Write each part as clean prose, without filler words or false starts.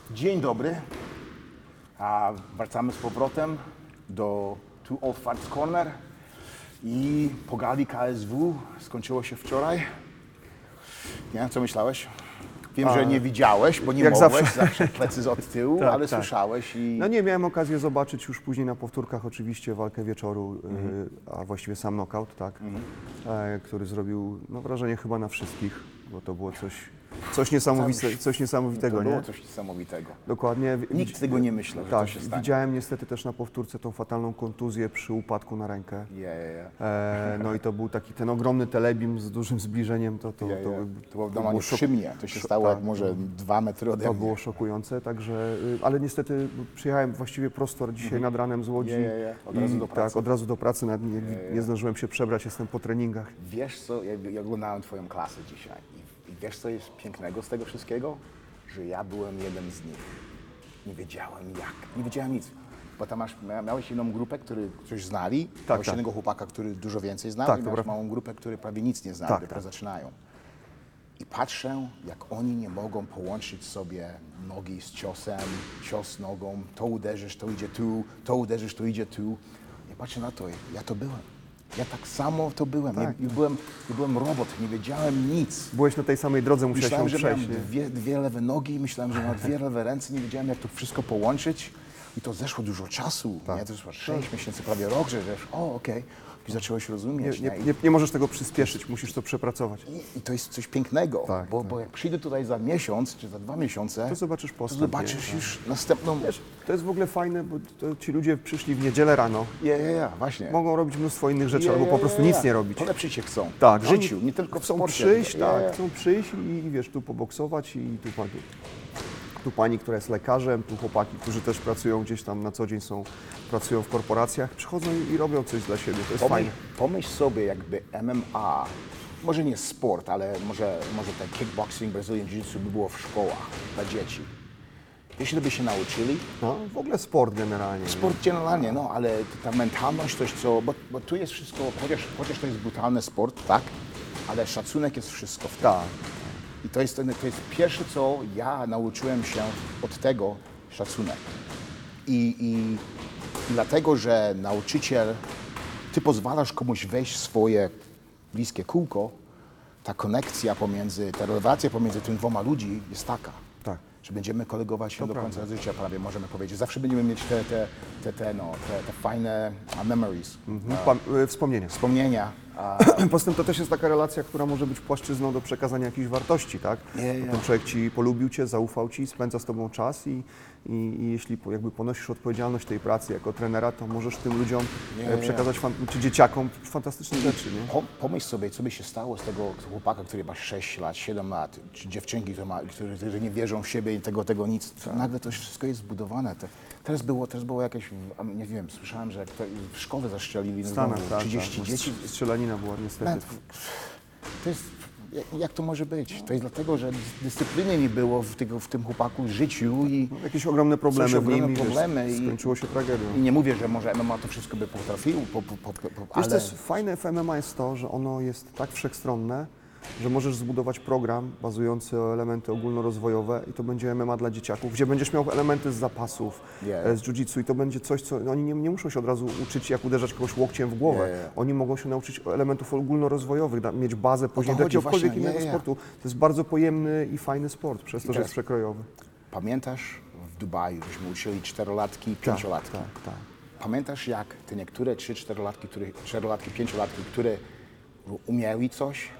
Dzień dobry. A wracamy z powrotem do Two Old Farts Corner i po gali KSW skończyło się wczoraj. Nie? Co myślałeś? Wiem, że nie widziałeś, bo nie jak mogłeś, zawsze plecy od tyłu, Tak, ale tak. słyszałeś i... No nie, miałem okazję zobaczyć już później na powtórkach oczywiście walkę wieczoru, a właściwie sam knockout, tak, który zrobił wrażenie chyba na wszystkich, bo to było coś niesamowitego, To było nie? coś niesamowitego. Dokładnie. Nikt tego nie myślał, że Tak, to się stanie. widziałem niestety też na powtórce tą fatalną kontuzję przy upadku na rękę. No i to był taki ten ogromny telebim z dużym zbliżeniem, to było normalnie przy mnie, to się stało jak może 2 metry ode To mnie. było szokujące, także, ale niestety przyjechałem właściwie prosto dzisiaj nad ranem z Łodzi. Od razu do pracy. Tak, od razu do pracy, nie zdążyłem się przebrać, jestem po treningach. Wiesz co, ja oglądałem twoją klasę dzisiaj i wiesz co jest pięknego z tego wszystkiego? Że ja byłem jeden z nich. Nie wiedziałem jak, nie wiedziałem nic. Bo tam miałeś inną grupę, który coś znali, miałeś tak. jednego chłopaka, który dużo więcej znał Tak, i to miałeś prawda. małą grupę, który prawie nic nie znali, Tak, dopiero tak. zaczynają. I patrzę, jak oni nie mogą połączyć sobie nogi z ciosem, cios nogą, to uderzysz, to idzie tu, to uderzysz, to idzie tu. I patrzę na to, ja to byłem. Ja tak samo to byłem. Tak. Ja byłem robot, nie wiedziałem nic. Byłeś na tej samej drodze, musiałeś ją Myślałem, że przejść. miałem dwie lewe nogi, myślałem, że mam dwie lewe ręce, nie wiedziałem jak to wszystko połączyć. I to zeszło dużo czasu, nie? To zeszło 6 miesięcy, prawie rok, że wiesz, okej. I zacząłeś rozumieć. Nie możesz tego przyspieszyć, musisz to przepracować. I to jest coś pięknego, Tak, bo jak przyjdę tutaj za miesiąc czy za 2 miesiące, To zobaczysz to postęp. zobaczysz już następną... Wiesz, to jest w ogóle fajne, bo ci ludzie przyszli w niedzielę rano, właśnie. mogą robić mnóstwo innych rzeczy, albo po prostu nic nie robić. Polepszyć się chcą. Tak, w życiu, nie tylko w chcą sporcie. przyjść, chcą przyjść i wiesz, tu poboksować i tu pani, która jest lekarzem, tu chłopaki, którzy też pracują gdzieś tam na co dzień pracują w korporacjach, przychodzą i robią coś dla siebie, to jest fajne. Pomyśl sobie, jakby MMA, może nie sport, ale może ten kickboxing, Brazilian Jiu-Jitsu by było w szkołach dla dzieci. Jeśli by się nauczyli, No, w ogóle sport generalnie. sport generalnie, no, ale ta mentalność, coś co, bo tu jest wszystko, chociaż to jest brutalny sport, tak, ale szacunek jest wszystko w tym. Tak. I to jest pierwsze, co ja nauczyłem się od tego, szacunek. I dlatego, że nauczyciel, ty pozwalasz komuś wejść w swoje bliskie kółko, ta konekcja ta relacja pomiędzy tym 2 ludźmi jest taka, Tak. że będziemy kolegować się do końca życia prawie, możemy powiedzieć. Zawsze będziemy mieć te fajne memories, Wspomnienia. wspomnienia. Poza tym to też jest taka relacja, która może być płaszczyzną do przekazania jakichś wartości, tak? Bo ten człowiek ci polubił cię, zaufał ci, spędza z tobą czas i jeśli jakby ponosisz odpowiedzialność tej pracy jako trenera, to możesz tym ludziom przekazać, czy dzieciakom fantastyczne rzeczy, nie? Pomyśl sobie, co by się stało z tego chłopaka, który ma 6 lat, 7 lat, czy dziewczynki, które nie wierzą w siebie i tego nic. Nagle to wszystko jest zbudowane. Teraz było jakieś, nie wiem, słyszałem, że w szkole zastrzelili W Stanach, znowu 30 dzieci. Strzelanina była niestety. To jest, jak to może być? To jest dlatego, że dyscypliny nie było w tym chłopaku życiu i Jakieś ogromne problemy Coś w nim ogromne i wiesz, problemy i- skończyło się tragedią. i nie mówię, że może MMA to wszystko by potrafił, Wiesz, ale co jest fajne w MMA jest to, że ono jest tak wszechstronne, że możesz zbudować program bazujący o elementy ogólnorozwojowe i to będzie MMA dla dzieciaków, gdzie będziesz miał elementy z zapasów, z jiu-jitsu i to będzie coś, co oni nie muszą się od razu uczyć, jak uderzać kogoś łokciem w głowę. Oni mogą się nauczyć elementów ogólnorozwojowych, mieć bazę później do chodzi jakiegokolwiek właśnie, innego sportu. To jest bardzo pojemny i fajny sport, przez to, że jest przekrojowy. pamiętasz w Dubaju, żeśmy uczyli 4-latki, 5-latki. Tak. Pamiętasz, jak te niektóre 3-4-latki, 4-latki, 5-latki, które umiały coś,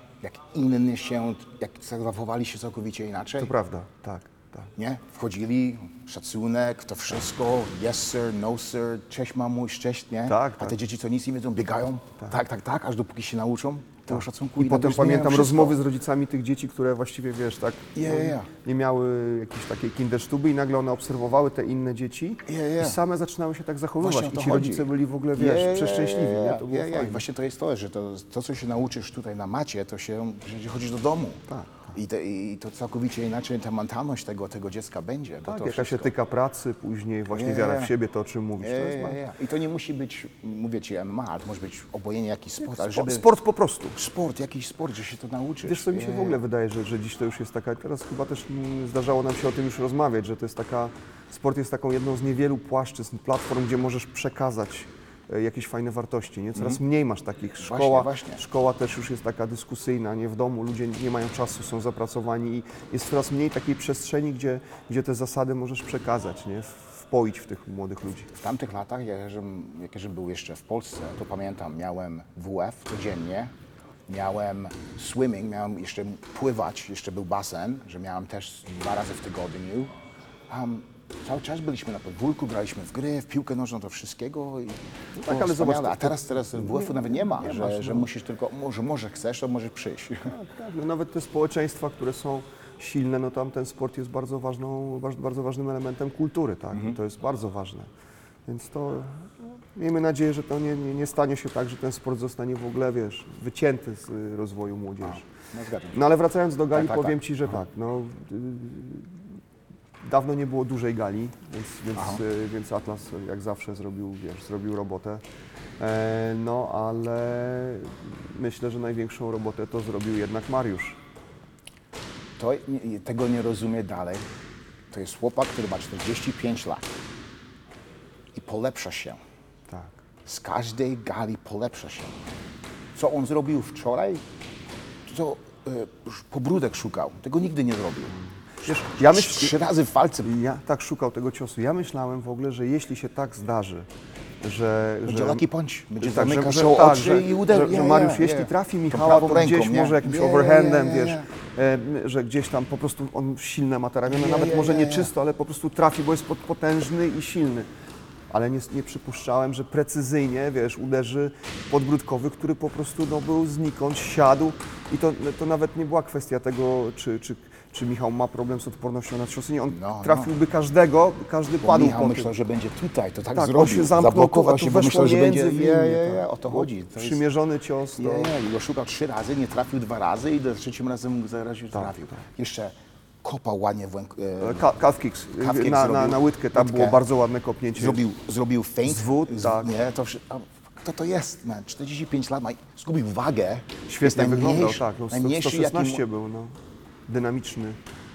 jak zachowywali się całkowicie inaczej? To prawda, tak. Nie? Wchodzili, szacunek, to wszystko, yes sir, no sir, cześć mamuś, cześć, nie? Tak, A tak. te dzieci, co nic nie wiedzą, biegają, tak, aż dopóki się nauczą tego szacunku. I potem nagle pamiętam zmieniają rozmowy z rodzicami tych dzieci, które właściwie, wiesz, tak, nie miały jakiejś takiej kindersztuby i nagle one obserwowały te inne dzieci i same zaczynały się tak zachowywać. Właśnie o to I ci chodzi. rodzice byli w ogóle, wiesz, przeszczęśliwi, nie? To było fajne. Właśnie to jest to, że to, co się nauczysz tutaj na macie, to się, że chodzisz do domu. Tak. I to całkowicie inaczej ta mentalność tego dziecka będzie. Bo Tak, to jakaś wszystko- etyka pracy, później właśnie wiara w siebie, to o czym mówisz. To jest I to nie musi być, mówię ci, MMA, to może być obojętnie jakiś sport, ale żeby... sport po prostu. Sport, jakiś sport, że się to nauczy. Wiesz co, mi się w ogóle wydaje, że dziś to już jest taka, teraz chyba też zdarzało nam się o tym już rozmawiać, że to jest taka, sport jest taką jedną z niewielu płaszczyzn, platform, gdzie możesz przekazać jakieś fajne wartości, nie? Coraz mniej masz takich. Właśnie. Szkoła też już jest taka dyskusyjna, nie? W domu ludzie nie mają czasu, są zapracowani i jest coraz mniej takiej przestrzeni, gdzie te zasady możesz przekazać, nie? Wpoić w tych młodych ludzi. W tamtych latach, jak był jeszcze w Polsce, to pamiętam, miałem WF codziennie, miałem swimming, miałem jeszcze pływać, jeszcze był basen, że miałem też 2 razy w tygodniu. Cały czas byliśmy na podwórku, graliśmy w gry, w piłkę nożną, to wszystkiego. I tak, ale zobacz, a teraz WF-u nawet nie ma, masz, że musisz tylko, może chcesz, to możesz przyjść. Tak, no nawet te społeczeństwa, które są silne, no tam ten sport jest bardzo ważnym elementem kultury, tak? I to jest bardzo ważne. Więc to miejmy nadzieję, że to nie stanie się tak, że ten sport zostanie w ogóle, wiesz, wycięty z rozwoju młodzieży. No, zgadzam się. No ale wracając do gali, Tak. powiem Ci, że tak, no, dawno nie było dużej gali, więc Atlas jak zawsze zrobił robotę. No ale myślę, że największą robotę to zrobił jednak Mariusz. Tego nie rozumie dalej. To jest chłopak, który ma 45 lat i polepsza się. Tak. Z każdej gali polepsza się. Co on zrobił wczoraj, to pobródek szukał. Tego nigdy nie zrobił. Wiesz, 3 razy w walce. Ja tak szukał tego ciosu. Ja myślałem w ogóle, że jeśli się tak zdarzy, że Będzie lucky punch. Będzie tak, zamykał że, się tak, oczy i uderzy. że Mariusz, jeśli trafi Michała, to gdzieś może jakimś overhandem, wiesz, że gdzieś tam po prostu on silne ma te ramiona, nawet może nie czysto, ale po prostu trafi, bo jest potężny i silny. Ale nie przypuszczałem, że precyzyjnie, wiesz, uderzy podbródkowy, który po prostu był znikąd, siadł i to nawet nie była kwestia tego, czy Michał ma problem z odpornością na ciosy. Nie, on trafiłby każdego, każdy padł Michał po myślał, tym. że będzie tutaj, to tak Tak, zrobił. on się zamknął, Zablokował się, bo myślał, że będzie... tak. O to chodzi. To jest... Przymierzony cios. To... I go szukał 3 razy, nie trafił 2 razy i do 3 razem zaraził, trafił. Jeszcze kopał ładnie w Calf kicks. Calf Na łydkę, tam było bardzo ładne kopnięcie. Zrobił feint. Zwód, tak. Nie, kto to jest, man? 45 lat, zgubił wagę. Świetnie Jest wyglądał, tak. No, najmniejszy 116 był, no. Dynamiczny.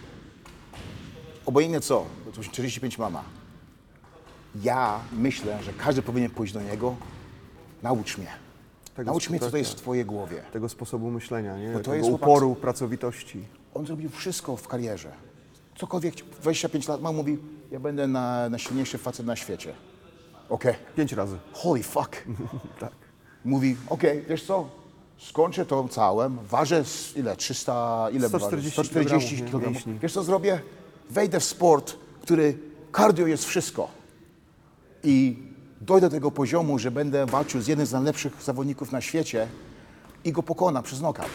Obojętnie co, bo to 45 mama. Ja myślę, że każdy powinien pójść do niego, naucz mnie. Naucz mnie, co to jest w twojej głowie. Tego sposobu myślenia, nie? Bo to tego jest uporu, pracowitości. On zrobił wszystko w karierze. Cokolwiek, 25 lat ma, mówi, ja będę najsilniejszy facet na świecie. Okej. 5 razy. Holy fuck. Tak. Mówi, okej, wiesz co, skończę to całym, ważę ile, 300, ile 140 kg. mięśni. Wiesz co zrobię? Wejdę w sport, który cardio jest wszystko. I dojdę do tego poziomu, że będę walczył z jednym z najlepszych zawodników na świecie i go pokona przez knockout.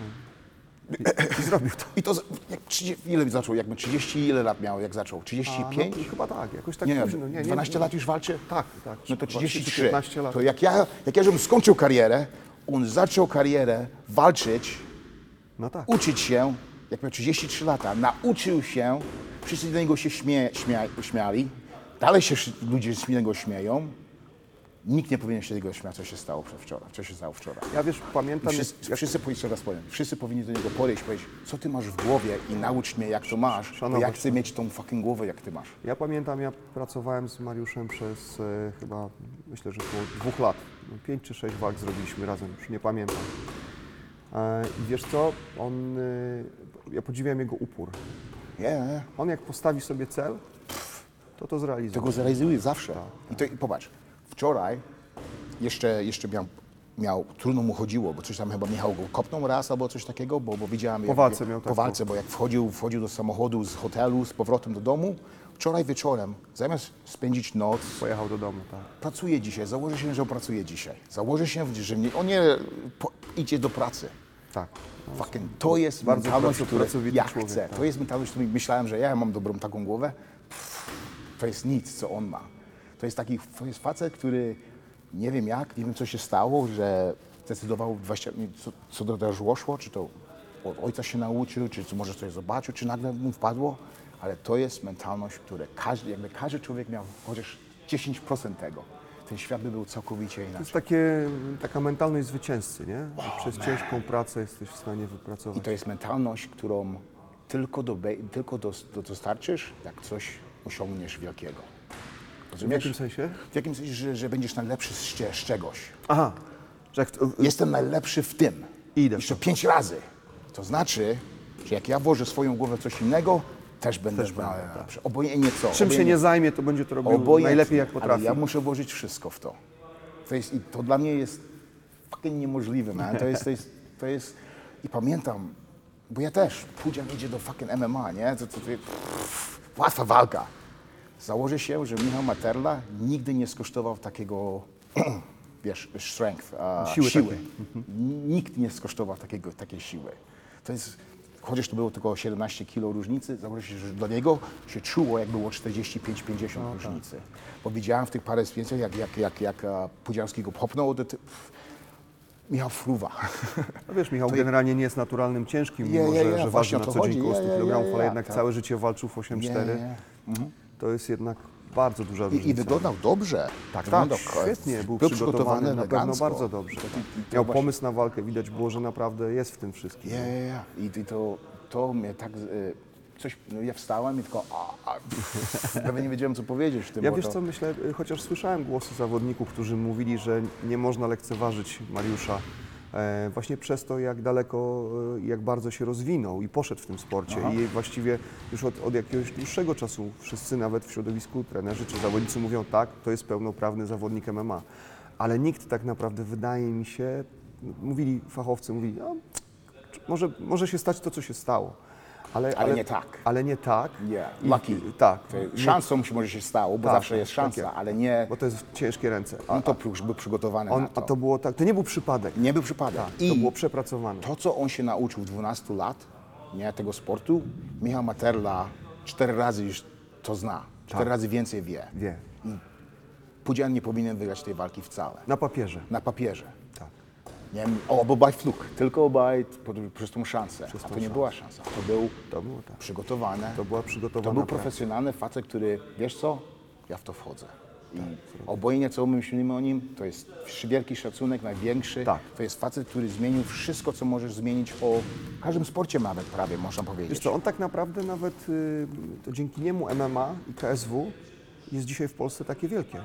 I zrobił to. I to, ile zaczął, jakby 30, ile lat miał, jak zaczął? 35? No, chyba tak, jakoś tak Nie, późno. 12 lat już walczy? Tak. No to chyba 33. 15 lat. To jak ja żebym skończył karierę, on zaczął karierę, walczyć, No tak. uczyć się, jak miał 33 lata, nauczył się, wszyscy do niego się śmiali, dalej się ludzie z niego śmieją. Nikt nie powinien się tego śmiać, co się stało wczoraj. Ja wiesz, pamiętam... Wszyscy powinni do niego podejść i powiedzieć, co ty masz w głowie i naucz mnie, jak to masz, bo ja chcę mieć tą fucking głowę, jak ty masz. Ja pamiętam, ja pracowałem z Mariuszem przez chyba, myślę, że około 2 lat. 5 czy 6 walk zrobiliśmy razem, już nie pamiętam. I wiesz co, ja podziwiam jego upór. On jak postawi sobie cel, to zrealizuje. Tego zrealizuje zawsze. I popatrz, wczoraj jeszcze trudno mu chodziło, bo coś tam chyba Michał go kopnął raz albo coś takiego, bo widziałem... Po walce miał Po walce, bo jak wchodził do samochodu, z hotelu, z powrotem do domu, wczoraj wieczorem, zamiast spędzić noc... Pojechał do domu, tak. Pracuje dzisiaj, założy się, że on pracuje dzisiaj. Założy się, że on nie idzie do pracy. Tak. To jest bardzo mentalność, którą ja człowiek, chcę. tak. To jest mentalność, którą myślałem, że ja mam dobrą taką głowę. To jest nic, co on ma. To jest facet, który nie wiem co się stało, że zdecydował co do doszło, czy to od ojca się nauczył, czy może coś zobaczył, czy nagle mu wpadło, ale to jest mentalność, która każdy człowiek miał chociaż 10% tego. Ten świat by był całkowicie To jest inaczej. taka mentalność zwycięzcy, nie? Że przez ciężką pracę jesteś w stanie I wypracować. to jest mentalność, którą tylko dostarczysz, jak coś osiągniesz wielkiego. W Rozumiesz? jakim sensie? W jakim sensie, że będziesz najlepszy z czegoś. Aha, że jak Jestem najlepszy w tym. Idę. Jeszcze 5 razy. To znaczy, że jak ja włożę swoją głowę w coś innego, też będę najlepszy. Obojętnie co. Czym się nie zajmie, to będzie to robił najlepiej jak potrafi. Ale ja muszę włożyć wszystko w to. I to dla mnie jest fucking niemożliwe, man. To jest... I pamiętam, bo ja też, Pudzian idzie do fucking MMA, nie? Łatwa walka. Założę się, że Michał Materla nigdy nie skosztował takiego, wiesz, strength, siły. Nikt nie skosztował takiej siły. To jest, chociaż to było tylko 17 kilo różnicy, założę się, że dla niego się czuło, jak było 45-50 różnicy. Bo widziałem w tych parę zdjęciach, jak Pudzianski go popnął, Michał fruwa. No wiesz, Michał generalnie nie jest naturalnym ciężkim, mimo że właśnie waży o na to co dzień chodzi. około 100 kg, ale jednak tak. całe życie walczył w 8,4. To jest jednak bardzo duża różnica. I wyglądał dobrze. Tak, Wyglądał świetnie, był przygotowany na pewno elegancko. bardzo dobrze. To Miał właśnie- pomysł na walkę, widać było, że naprawdę jest w tym wszystkim. I to mnie tak... Coś, no ja wstałem i tylko... Prawie nie wiedziałem, co powiedzieć w tym. Ja bo wiesz to, co, myślę, chociaż słyszałem głosy zawodników, którzy mówili, że nie można lekceważyć Mariusza właśnie przez to, jak daleko, jak bardzo się rozwinął i poszedł w tym sporcie. I właściwie już od jakiegoś dłuższego czasu wszyscy, nawet w środowisku trenerzy czy zawodnicy mówią, tak, to jest pełnoprawny zawodnik MMA. Ale nikt tak naprawdę, wydaje mi się, mówili fachowcy, mówili, no, może się stać to, co się stało. Ale nie tak. Ale nie tak. Lucky. Tak. Szansą może się stało, bo Tak, zawsze jest tak szansa, jest. ale nie... Bo to jest ciężkie ręce. On to był przygotowany na to. To było tak, to nie był przypadek. Nie był przypadek. To było przepracowane. To, co on się nauczył w 12 lat, nie, tego sportu, Michał Materla 4 razy już to zna. 4 razy więcej wie. Wie. Pudzian nie powinien wygrać tej walki wcale. Na papierze. Na papierze. Tak. Nie, albo by fluk, tylko przez tą szansę. A to nie była szansa. To było tak. Przygotowane. To była przygotowana To był praca. profesjonalny facet, który, wiesz co, ja w to wchodzę. I obojętnie co my myślimy o nim, to jest wielki szacunek, największy. Tak. To jest facet, który zmienił wszystko, co możesz zmienić o każdym sporcie nawet prawie, można powiedzieć. Wiesz co, on tak naprawdę nawet, to dzięki niemu MMA i KSW jest dzisiaj w Polsce takie wielkie.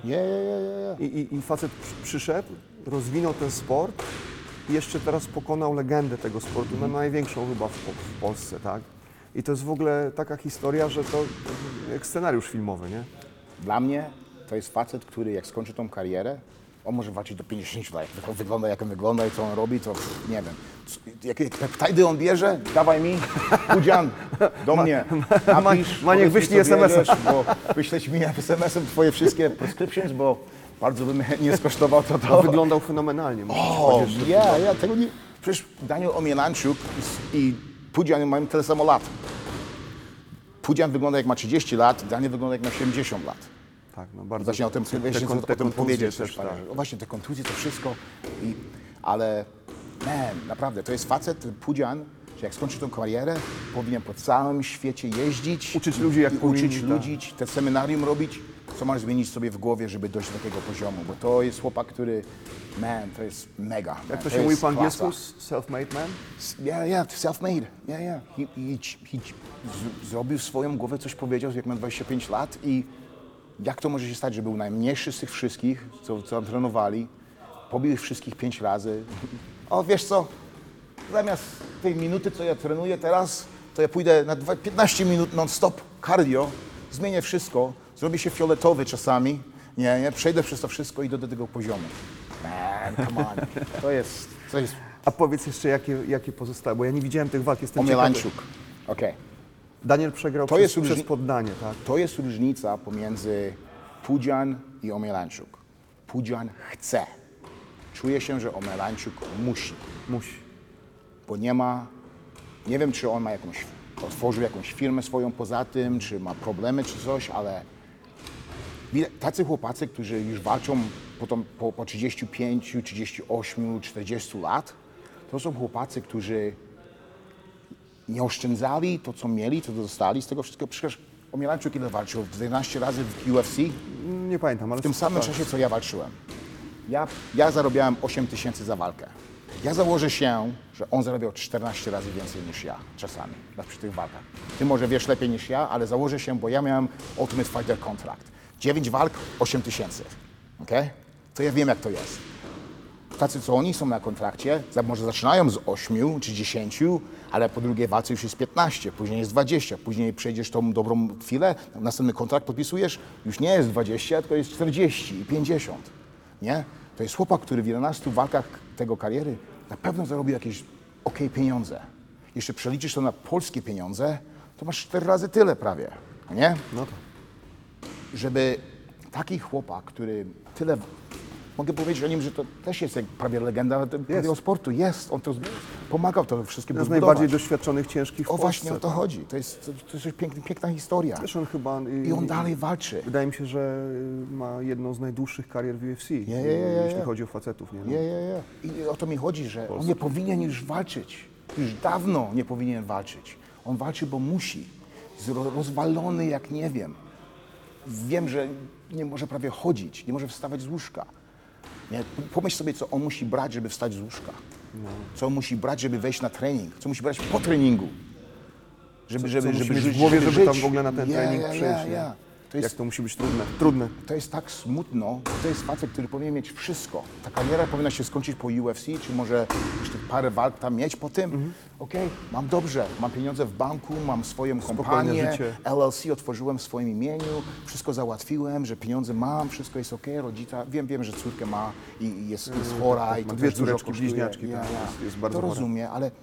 I facet przyszedł, rozwinął ten sport i jeszcze teraz pokonał legendę tego sportu, no największą chyba w Polsce, tak? I to jest w ogóle taka historia, że to jak scenariusz filmowy, nie? Dla mnie to jest facet, który jak skończy tą karierę, on może walczyć do 50 lat. Wygląda jak on wygląda i co on robi, to nie wiem. Jakie peptajdy on bierze, dawaj mi, Pudzian, do mnie. Napisz, Maniek, powiedz mi, wyślij co SMS-a. bierzesz, bo wyśleć mi SMS-em twoje wszystkie prescriptions, bo bardzo bym nie skosztował to. Wyglądał fenomenalnie. muszę ci O, powiedzieć, że ja tego nie... Przecież Daniel Omielanczuk i Pudzian mają tyle samo lat. Pudzian wygląda jak ma 30 lat, Daniel wygląda jak ma 70 lat. tak, no bardzo. Zacznę o tym, te o tym kontuzje powiedzieć też, też. tak. O właśnie, te kontuzje, to wszystko. Ale naprawdę, to jest facet, Pudzian, że jak skończy tą karierę, powinien po całym świecie jeździć. Uczyć ludzi, jak i powinni, uczyć tak. ludzi, te seminarium robić, co masz zmienić sobie w głowie, żeby dojść do takiego poziomu. Bo to jest chłopak, który, to jest mega. Jak to się mówi po angielsku? Self-made man? Self-made. Zrobił swoją głowę, coś powiedział, jak ma 25 lat i jak to może się stać, że był najmniejszy z tych wszystkich, co trenowali, pobił ich wszystkich 5 razy. O, wiesz co, zamiast tej minuty, co ja trenuję teraz, to ja pójdę na 15 minut non-stop cardio, zmienię wszystko, zrobię się fioletowy czasami, przejdę przez to wszystko i do tego poziomu. Man, come on. To jest A powiedz jeszcze, jakie pozostałe, bo ja nie widziałem tych walk, jestem ciekawy. Omielanczuk. Okej. Daniel przegrał To jest przez poddanie, tak? To jest różnica pomiędzy Pudzian i Omielanczuk. Pudzian chce. Czuje się, że Omielanczuk musi. Musi. Bo nie wiem, czy on ma otworzył jakąś firmę swoją poza tym, czy ma problemy, czy coś, ale tacy chłopacy, którzy już walczą po 35, 38, 40 lat, to są chłopacy, którzy nie oszczędzali to, co mieli, co dostali z tego wszystkiego. Przecież Omielanczuk ile walczył? 11 razy w UFC? Nie pamiętam, ale... W tym samym czasie, co ja walczyłem. Ja zarabiałem 8 000 za walkę. Ja założę się, że on zarabiał 14 razy więcej niż ja czasami przy tych walkach. Ty może wiesz lepiej niż ja, ale założę się, bo ja miałem Ultimate Fighter kontrakt. 9 walk, 8 000. Okay? To ja wiem, jak to jest. Tacy, co oni są na kontrakcie, może zaczynają z 8 czy 10, ale po drugiej walce już jest 15, później jest 20, później przejdziesz tą dobrą chwilę, następny kontrakt podpisujesz, już nie jest 20, tylko jest 40 i 50. Nie? To jest chłopak, który w 11 walkach tego kariery na pewno zarobił jakieś pieniądze. Jeszcze przeliczysz to na polskie pieniądze, to masz 4 razy tyle prawie, nie? No to. Żeby taki chłopak, który tyle... Mogę powiedzieć o nim, że to też jest jak prawie legenda tego sportu. Jest, on to pomagał to wszystkim To jest zbudować. najbardziej doświadczonych, ciężkich w Polsce. Właśnie o to chodzi. To jest piękna historia. Też on chyba... I on dalej walczy. Wydaje mi się, że ma jedną z najdłuższych karier w UFC, jeśli chodzi o facetów. Nie? I o to mi chodzi, że on nie powinien już walczyć. Już dawno nie powinien walczyć. On walczy, bo musi. Jest rozwalony jak nie wiem. Wiem, że nie może prawie chodzić, nie może wstawać z łóżka. Nie? Pomyśl sobie, co on musi brać, żeby wstać z łóżka. Co on musi brać, żeby wejść na trening. Co musi brać po treningu. Żeby mieć żyć, w głowie, żeby tam żyć. w ogóle na ten trening przyjść. To jest, Jak to musi być trudne. to jest tak smutno, to jest facet, który powinien mieć wszystko. Ta kariera powinna się skończyć po UFC, czy może jeszcze parę walk tam mieć po tym. Okej, mam dobrze, mam pieniądze w banku, mam swoją kompanię, życie. LLC otworzyłem w swoim imieniu, wszystko załatwiłem, że pieniądze mam, wszystko jest okej, rodzica, wiem, że córkę ma i jest chora i ma to dwie też dużo córeczki, kosztuje. bliźniaczki, tak, jest bardzo to chora. rozumiem, ale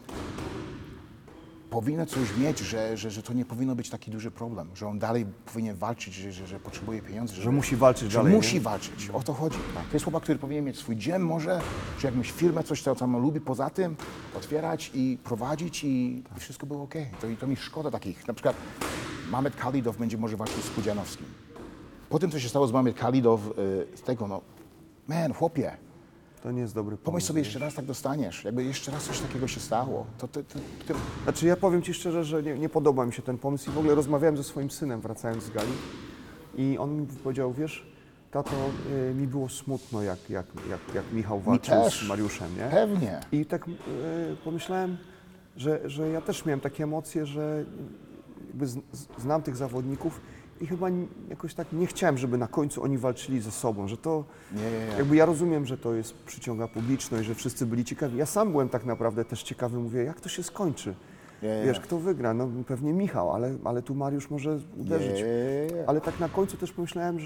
powinno coś mieć, że to nie powinno być taki duży problem, że on dalej powinien walczyć, że potrzebuje pieniędzy. Że musi walczyć że dalej, musi nie? walczyć, o to chodzi. To jest chłopak, który powinien mieć swój dzień może, czy jakąś firmę, coś co tam lubi poza tym, otwierać i prowadzić i wszystko było okej. To mi szkoda takich. Na przykład Mamed Kalidow będzie może walczyć z Pudzianowskim. Po tym, co się stało z Mamed Kalidow, z tego, chłopie, To nie jest dobry pomysł. pomyśl sobie, jeszcze raz tak dostaniesz, jakby jeszcze raz coś takiego się stało. Znaczy ja powiem Ci szczerze, że nie podoba mi się ten pomysł i w ogóle rozmawiałem ze swoim synem wracając z gali i on mi powiedział, wiesz, tato, mi było smutno jak Michał walczył też. z Mariuszem, nie? Pewnie. I tak pomyślałem, że ja też miałem takie emocje, że jakby znam tych zawodników i chyba jakoś tak nie chciałem, żeby na końcu oni walczyli ze sobą, że to jakby ja rozumiem, że to jest przyciąga publiczność, że wszyscy byli ciekawi. Ja sam byłem tak naprawdę też ciekawy, mówię, jak to się skończy. Wiesz, kto wygra? No pewnie Michał, ale tu Mariusz może uderzyć. Ale tak na końcu też pomyślałem,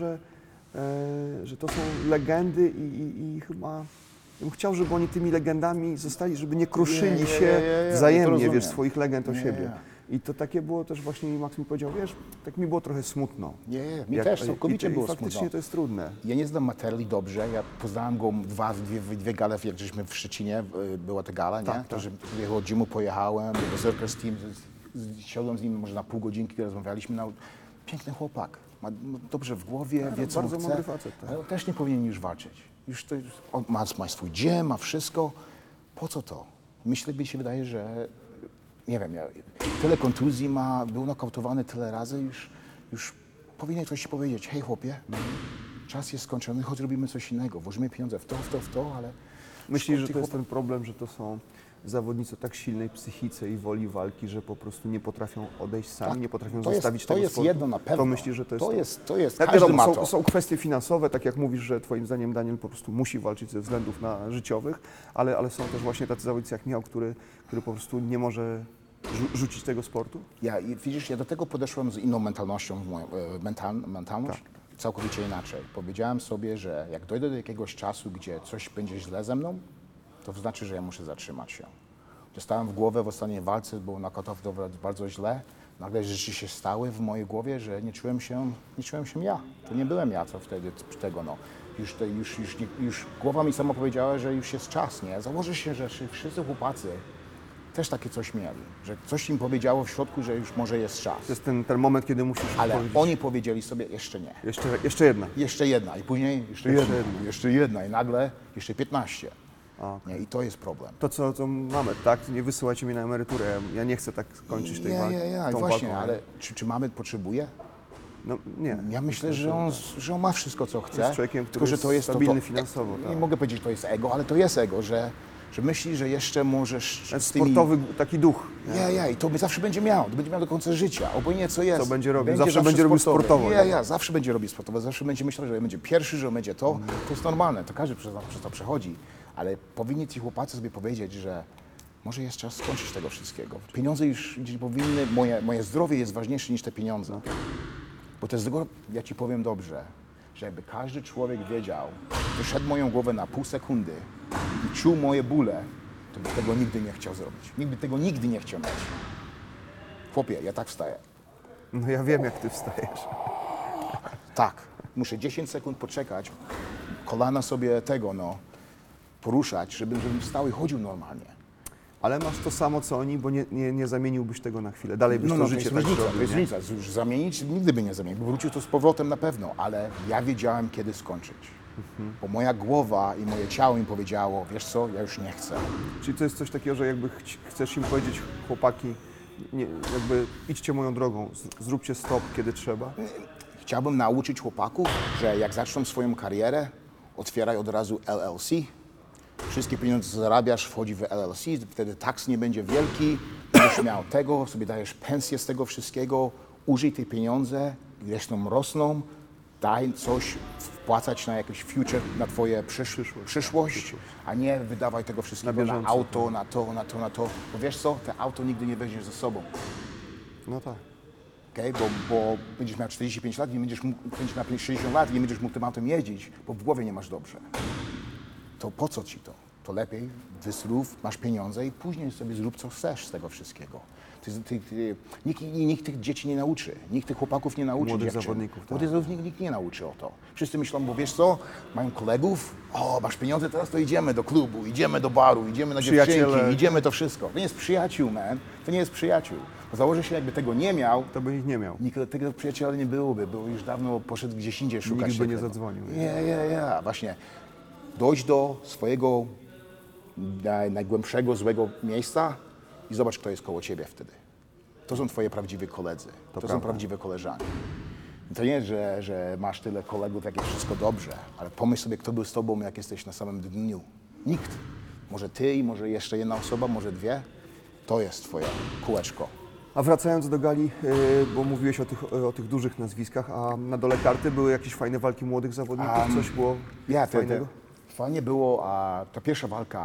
że to są legendy i chyba bym chciał, żeby oni tymi legendami zostali, żeby nie kruszyli się wzajemnie, wiesz, swoich legend o siebie. I to takie było też właśnie, Max mi powiedział, wiesz, tak mi było trochę smutno. Mi też całkowicie było faktycznie smutno. to jest trudne. Ja nie znam Materli dobrze, ja poznałem go dwie gale, jak żeśmy w Szczecinie, była ta gala, nie? To, że do gymu pojechałem, do Circus Team, siadłem z nim może na pół godzinki, rozmawialiśmy, piękny chłopak, ma dobrze w głowie, wie co bardzo chce, mądry facet, tak. ale on też nie powinien już walczyć. On ma swój gym, ma wszystko, po co to? Myślę, mi się wydaje, że nie wiem, tyle kontuzji ma, był nokautowany tyle razy, już powinien ktoś ci powiedzieć, hej chłopie, czas jest skończony, choć robimy coś innego, włożymy pieniądze w to, ale... Myślisz, że to jest ten problem, że to są zawodnicy o tak silnej psychice i woli walki, że po prostu nie potrafią odejść sami, nie potrafią zostawić tego sportu? To jest jedno na pewno. To myślisz, że to jest To jest, Ja każdy wiadomo, ma to. są kwestie finansowe, tak jak mówisz, że twoim zdaniem Daniel po prostu musi walczyć ze względów życiowych, ale są też właśnie tacy zawodnicy jak Michał, który po prostu nie może rzucić tego sportu? Widzisz, ja do tego podeszłem z inną mentalnością, mentalność całkowicie inaczej. Powiedziałem sobie, że jak dojdę do jakiegoś czasu, gdzie coś będzie źle ze mną, to znaczy, że ja muszę zatrzymać się. Dostałem w głowę w ostatniej walce, było nokautował bardzo źle. Nagle rzeczy się stały w mojej głowie, że nie czułem się ja. To nie byłem ja, co wtedy tego, Już głowa mi sama powiedziała, że już jest czas, nie? Założę się, że wszyscy chłopacy też takie coś mieli, że coś im powiedziało w środku, że już może jest czas. To jest ten moment, kiedy musisz Ale powiedzieć. oni powiedzieli sobie, jeszcze nie. Jeszcze jedna. Jeszcze jedna i później jeszcze jedna i nagle jeszcze 15. Okay. Nie? I to jest problem. To co mamy, tak? Nie wysyłajcie mnie na emeryturę, ja nie chcę tak kończyć tej walki. I właśnie, ale czy mamy potrzebuje? No nie. Ja myślę, że on ma wszystko, co chce. Jest człowiekiem, który tylko, że to jest stabilny finansowo. Nie Tak. mogę powiedzieć, że to jest ego, ale to jest ego, że myśli, że jeszcze możesz z tymi... Sportowy taki duch. I to zawsze będzie miał. To będzie miał do końca życia. Obojętnie co jest. Co będzie robił. Zawsze będzie robił sportowo. Zawsze będzie robił sportowo. Zawsze będzie myślał, że będzie pierwszy, że będzie to. To jest normalne. To każdy przez to przechodzi. Ale powinni ci chłopacy sobie powiedzieć, że może jest czas skończyć tego wszystkiego. Pieniądze już powinny... Moje zdrowie jest ważniejsze niż te pieniądze. Bo to jest tego, ja ci powiem dobrze, że jakby każdy człowiek wiedział, wyszedł moją głowę na pół sekundy i czuł moje bóle, to by tego nigdy nie chciał zrobić. Nigdy nie chciał mieć. Chłopie, ja tak wstaję. No ja wiem, jak ty wstajesz. Tak. Muszę 10 sekund poczekać, kolana sobie poruszać, żebym wstał i chodził normalnie. Ale masz to samo, co oni, bo nie zamieniłbyś tego na chwilę. Dalej byś to życie tak robił, to jest różnica. Już zamienić nigdy by nie zamienił, bo wrócił to z powrotem na pewno, ale ja wiedziałem, kiedy skończyć. Bo moja głowa i moje ciało mi powiedziało, wiesz co, ja już nie chcę. Czyli to jest coś takiego, że jakby chcesz im powiedzieć, chłopaki, jakby idźcie moją drogą, zróbcie stop, kiedy trzeba. Chciałbym nauczyć chłopaków, że jak zaczną swoją karierę, otwieraj od razu LLC. Wszystkie pieniądze, co zarabiasz, wchodzi w LLC, wtedy taks nie będzie wielki, będziesz miał tego, sobie dajesz pensję z tego wszystkiego, użyj te pieniądze, rosną, daj coś wpłacać na jakiś future, na twoje przyszłość, a nie wydawaj tego wszystkiego na auto, na to. Bo wiesz co, te auto nigdy nie weźmiesz ze sobą. No tak. Okay? Bo będziesz miał 45 lat, będziesz miał 60 lat i nie będziesz mógł tym autem jeździć, bo w głowie nie masz dobrze. To po co ci to? To lepiej wysrów, masz pieniądze i później sobie zrób co chcesz z tego wszystkiego. Nikt tych dzieci nie nauczy, nikt tych chłopaków nie nauczy. Młodych zawodników. Tak. Młodych zawodników nikt nie nauczy o to. Wszyscy myślą, bo wiesz co, mają kolegów, masz pieniądze, teraz to idziemy do klubu, idziemy do baru, idziemy na dziewczynki, idziemy to wszystko. To nie jest przyjaciół, man. To nie jest przyjaciół. Bo założę się, jakby tego nie miał, to by ich nie miał. Nikt tego przyjaciela nie byłoby, bo już dawno poszedł gdzieś indziej szukać. Nikt by nie zadzwonił. Właśnie. Dojść do swojego najgłębszego, złego miejsca i zobacz, kto jest koło ciebie wtedy. To są twoje prawdziwi koledzy. To są prawdziwe koleżanki. To nie, że masz tyle kolegów, jak jest wszystko dobrze, ale pomyśl sobie, kto był z tobą, jak jesteś na samym dniu. Nikt. Może ty i może jeszcze jedna osoba, może dwie. To jest twoje kółeczko. A wracając do gali, bo mówiłeś o tych dużych nazwiskach, a na dole karty były jakieś fajne walki młodych zawodników? Coś było fajnego? Fajnie było ta pierwsza walka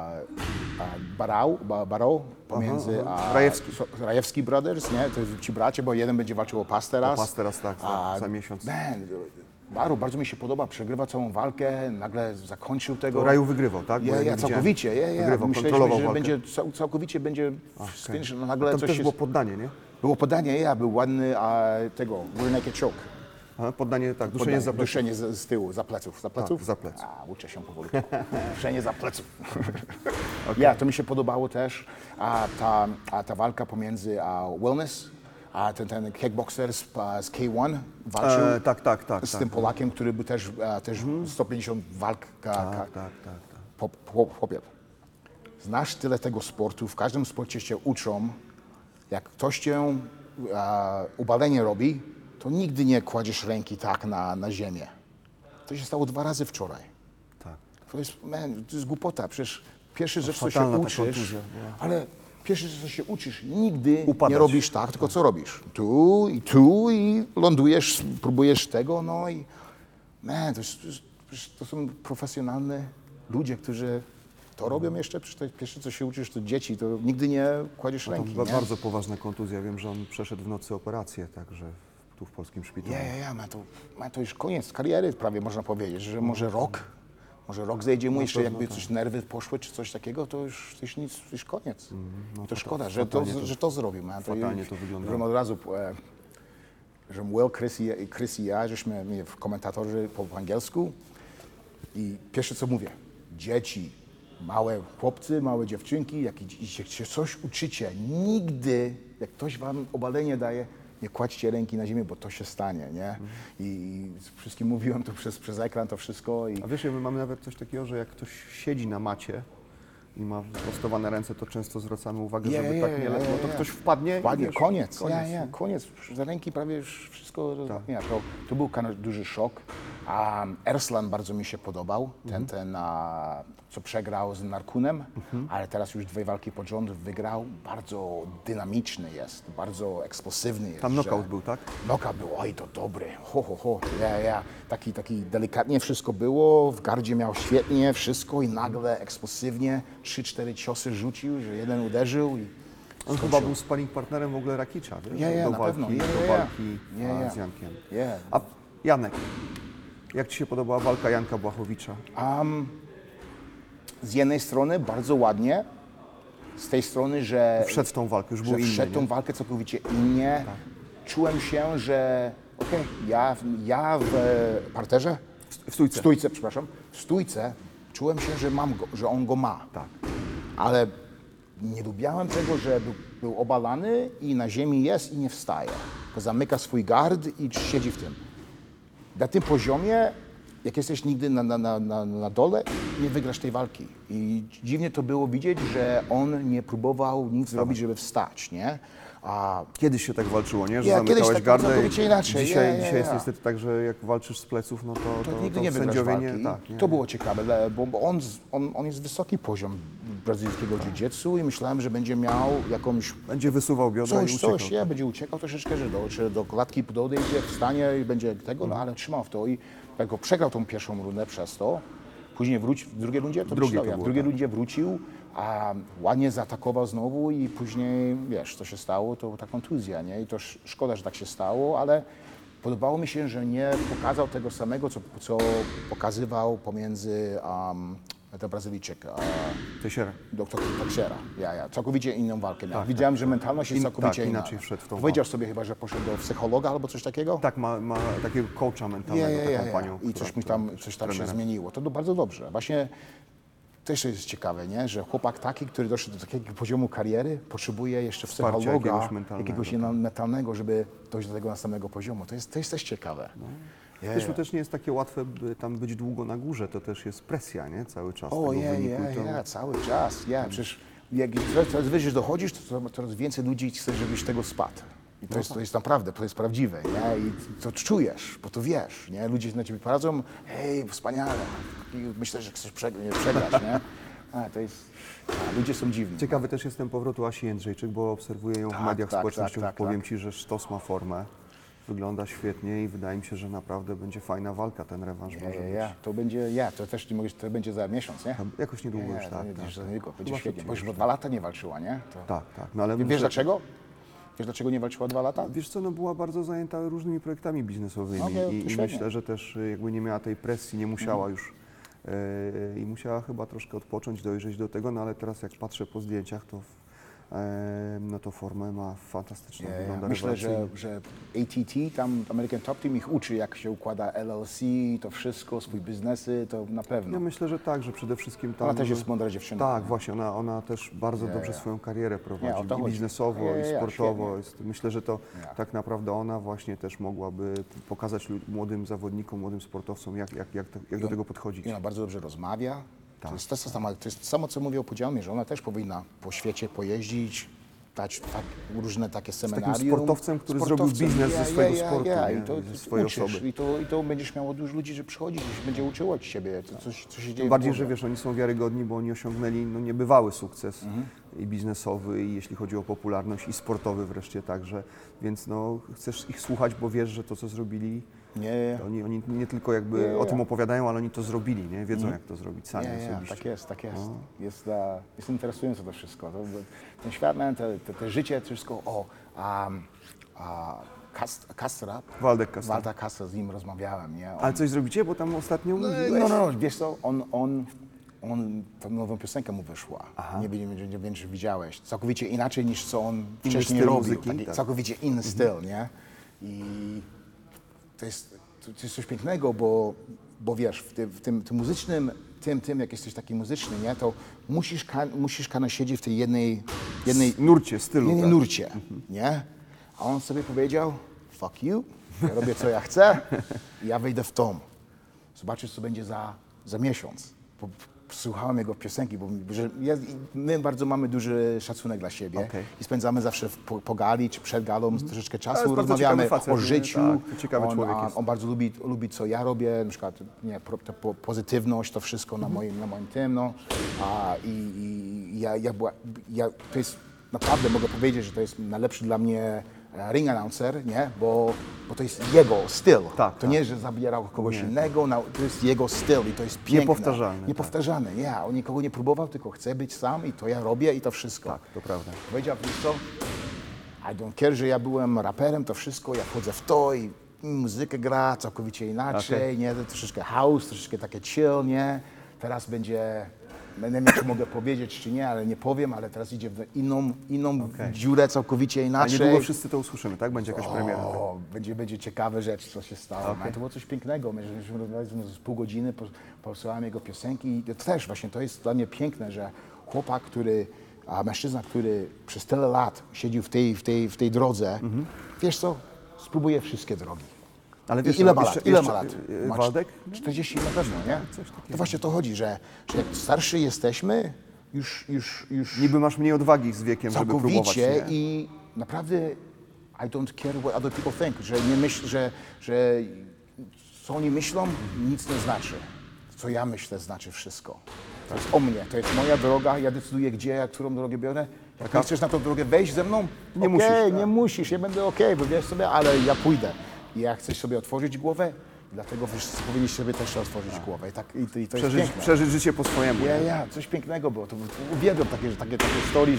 Barał pomiędzy Rajewski Brothers, nie? To jest ci bracia, bo jeden będzie walczył o pas teraz. O pas teraz, tak, za miesiąc. Barał bardzo mi się podoba, przegrywa całą walkę, nagle zakończył tego. Raju wygrywał, tak? Całkowicie. Wygrywał, myśleliśmy, że całkowicie będzie finish, no nagle tam coś też było poddanie, nie? Było poddanie, był ładny rear naked choke. Aha, poddanie, tak, duszenie za pleców. Duszenie z tyłu, za pleców. Za pleców? Za pleców. Uczę się powolutku. Duszenie za pleców. Okay. To mi się podobało też. Ta walka pomiędzy Wellness, ten kickboxer z K1 walczył z tym Polakiem, który był też 150 walk. Chłopie, znasz tyle tego sportu, w każdym sporcie cię uczą, jak ktoś cię ubalenie robi, to nigdy nie kładziesz ręki tak na ziemię. To się stało 2 razy wczoraj. Tak. To jest głupota. Przecież pierwszy rzecz, co się uczysz, ale pierwszy rzecz, co się uczysz, nigdy nie robisz tak, tylko co robisz? Tu i lądujesz, próbujesz tego, no i to są profesjonalni ludzie, którzy to robią jeszcze. Przecież pierwsze, co się uczysz, to dzieci, to nigdy nie kładziesz ręki. To bardzo poważna kontuzja. Wiem, że on przeszedł w nocy operację, także tu w polskim szpitalu. Ma to już koniec kariery prawie, można powiedzieć, że może rok zejdzie mu, jeszcze jakby coś nerwy poszły, czy coś takiego, to już koniec. To szkoda, że to zrobił. Fatalnie to wygląda. Od razu, że Will, Chris i ja, żeśmy komentatorzy po angielsku i pierwsze co mówię, dzieci, małe chłopcy, małe dziewczynki, jak się coś uczycie, nigdy, jak ktoś wam obalenie daje, nie kładźcie ręki na ziemię, bo to się stanie, nie? I wszystkim mówiłem to przez ekran, to wszystko. I A wiesz, my mamy nawet coś takiego, że jak ktoś siedzi na macie i ma wyprostowane ręce, to często zwracamy uwagę, żeby tak nie lecło, to ktoś wpadnie i wiesz, koniec. nie? Koniec. Za ręki prawie już wszystko. Tak. Nie, to był duży szok. A Erslan bardzo mi się podobał, co przegrał z Narkunem, ale teraz już 2 walki pod rząd wygrał. Bardzo dynamiczny jest, bardzo eksplosywny jest. Tam knockout był, tak? Knockout był, oj to dobry, Taki delikatnie wszystko było, w gardzie miał świetnie wszystko i nagle eksplosywnie 3-4 ciosy rzucił, że jeden uderzył i On chyba był sparring partnerem w ogóle Rakicza, wiesz? na pewno. Do walki z Jankiem. A Janek, jak Ci się podobała walka Janka Błachowicza? Z jednej strony bardzo ładnie, z tej strony, że Wszedł w tą walkę, już było inne, wszedł tą nie? walkę całkowicie innie. Czułem się, że ja w parterze, W stójce. w stójce, przepraszam, w stójce czułem się, że mam go, że on go ma. Tak. Ale nie lubiałem tego, że był obalany i na ziemi jest i nie wstaje. Tylko zamyka swój gard i siedzi w tym. Na tym poziomie, jak jesteś nigdy na dole, nie wygrasz tej walki. I dziwnie to było widzieć, że on nie próbował nic zrobić, żeby wstać, nie? Kiedyś się tak walczyło, nie? Że Ja kiedyś zamykałeś tak gardę całkowicie inaczej. Dzisiaj jest niestety tak, że jak walczysz z pleców, no to Nigdy nie wygrasz sędziowie walki. nie. To było ciekawe, bo on jest wysoki poziom brazylijskiego jiu-jitsu i myślałem, że będzie miał jakąś Będzie wysuwał biodra i uciekał. będzie uciekał troszeczkę, że do klatki podejdzie, wstanie i będzie tego, no ale trzymał w to i jak go przegrał tą pierwszą rundę przez to, później w drugiej rundzie, to w było, drugiej rundzie wrócił, a ładnie zaatakował znowu i później, wiesz, co się stało, to ta kontuzja, nie? I to szkoda, że tak się stało, ale podobało mi się, że nie pokazał tego samego, co pokazywał pomiędzy ten Brazylijczyk, Teixeira. doktor Teixeira. Całkowicie inną walkę miał. Widziałem, że mentalność jest całkowicie inna. inaczej wszedł w tą Powiedział sobie chyba, że poszedł do psychologa albo coś takiego? Tak, ma takiego coacha mentalnego, taką panią. I coś tam się zmieniło. To bardzo dobrze. Właśnie też jest ciekawe, nie? Że chłopak taki, który doszedł do takiego poziomu kariery, potrzebuje jeszcze Wsparcia psychologa, jakiegoś mentalnego, żeby dojść do tego następnego poziomu. To jest też ciekawe. Wiesz, to też nie jest takie łatwe, by tam być długo na górze, to też jest presja, nie? Cały czas O, tego wyniku. cały czas. Przecież jak coraz wyżej dochodzisz, to coraz więcej ludzi chce, żebyś tego spadł. I to jest naprawdę, to jest prawdziwe, nie? I to czujesz, bo to wiesz, nie? Ludzie na ciebie patrzą, hej, wspaniale. I myślę, że chcesz przegrać, nie? Ludzie są dziwni. Ciekawy też jest ten powrót Asi Jędrzejczyk, bo obserwuję ją w mediach społecznościowych. Powiem Ci, że sztos ma formę. Wygląda świetnie i wydaje mi się, że naprawdę będzie fajna walka, ten rewanż może być. To będzie za miesiąc, nie? Jakoś niedługo już, tak. Będzie świetnie, bo już 2 lata nie walczyła, nie? Tak. No, ale Wiesz dlaczego? Wiesz dlaczego nie walczyła 2 lata? Wiesz co, no była bardzo zajęta różnymi projektami biznesowymi i myślę, że też jakby nie miała tej presji, nie musiała już i musiała chyba troszkę odpocząć, dojrzeć do tego, no ale teraz jak patrzę po zdjęciach, to no to formę ma fantastyczną, wygląda Myślę, że ATT, tam American Top Team ich uczy, jak się układa LLC, to wszystko, swój biznesy, to na pewno. Ja myślę, że tak, że przede wszystkim tam... Ona też jest mądra dziewczyna. Tak, właśnie, ona też bardzo dobrze swoją karierę prowadzi, i biznesowo, i sportowo. Myślę, że to tak naprawdę ona właśnie też mogłaby pokazać młodym zawodnikom, młodym sportowcom, jak do tego podchodzić. I ona bardzo dobrze rozmawia. To jest to samo, co mówię o Podziałmie, że ona też powinna po świecie pojeździć, dać różne takie seminarium. Takim sportowcem, który zrobił biznes ze swojego sportu, ze swojej osoby. I to będziesz miał dużo ludzi, że przychodzi, będzie uczyło ci siebie, co się dzieje. Bardziej, że wiesz, oni są wiarygodni, bo oni osiągnęli niebywały sukces i biznesowy, i jeśli chodzi o popularność, i sportowy wreszcie także, więc chcesz ich słuchać, bo wiesz, że to, co zrobili, oni nie tylko jakby o tym opowiadają, ale oni to zrobili, nie? Wiedzą, jak to zrobić sami osobiście. Tak jest. Jest interesujące to wszystko. Ten świat, te życie, to wszystko Castro, Waldek Castro, z nim rozmawiałem, nie? Ale coś zrobicie, bo tam ostatnio mówiłeś? No, wiesz co, on tą nową piosenkę mu wyszła. Nie wiem, czy widziałeś. Całkowicie inaczej niż co on wcześniej robił. Całkowicie inny styl, nie? I to jest coś pięknego, bo wiesz, w tym muzycznym, jak jesteś taki muzyczny, nie, to musisz siedzieć w tej jednej nurcie, stylu. nurcie, nie? A on sobie powiedział, fuck you, ja robię co ja chcę i ja wejdę w tom. Zobaczysz, co będzie za miesiąc. Słuchałem jego piosenki, bo my bardzo mamy duży szacunek dla siebie i spędzamy zawsze po gali czy przed galą troszeczkę czasu, rozmawiamy o życiu. Tak, ciekawy człowiek jest. On bardzo lubi, co ja robię, na przykład ta pozytywność, to wszystko na moim tym, no. To jest naprawdę, mogę powiedzieć, że to jest najlepszy dla mnie ring announcer, nie? Bo to jest jego styl. To nie, że zabierał kogoś innego, to jest jego styl i to jest piękne. Niepowtarzalne. Niepowtarzalne, nie. On nikogo nie próbował, tylko chce być sam i to ja robię i to wszystko. Tak, to prawda. Powiedział, wiesz co, I don't care, że ja byłem raperem, to wszystko, ja wchodzę w to i muzykę gra całkowicie inaczej, nie? Troszeczkę house, troszeczkę takie chill, nie? Teraz będzie... Nie wiem, czy mogę powiedzieć, czy nie, ale nie powiem, ale teraz idzie w inną dziurę całkowicie inaczej. A niedługo wszyscy to usłyszymy, tak? Będzie jakaś premiera. O, będzie ciekawa rzecz, co się stało. To było coś pięknego. My żeśmy rozmawiali z pół godziny, posłuchałem jego piosenki i to też właśnie to jest dla mnie piękne, że chłopak, mężczyzna, który przez tyle lat siedział w tej drodze, wiesz co, spróbuje wszystkie drogi. Ale wiesz, Ile ma lat? Waldek? 40 na pewno, nie? To właśnie o to chodzi, że jak starszy jesteśmy, już Niby masz mniej odwagi z wiekiem, żeby próbować, całkowicie nie? i naprawdę I don't care what other people think, że nie myśl, że co oni myślą, nic nie znaczy. Co ja myślę, znaczy wszystko. To jest o mnie, to jest moja droga, ja decyduję gdzie, którą drogę biorę. Jak nie chcesz na tą drogę wejść ze mną, nie musisz, ja będę bo wiesz sobie, ale ja pójdę. I ja chcę sobie otworzyć głowę, dlatego wszyscy powinniście sobie też otworzyć głowę. I to jest piękne. Przeżyć życie po swojemu. Coś pięknego było. To uwielbiam takie historie,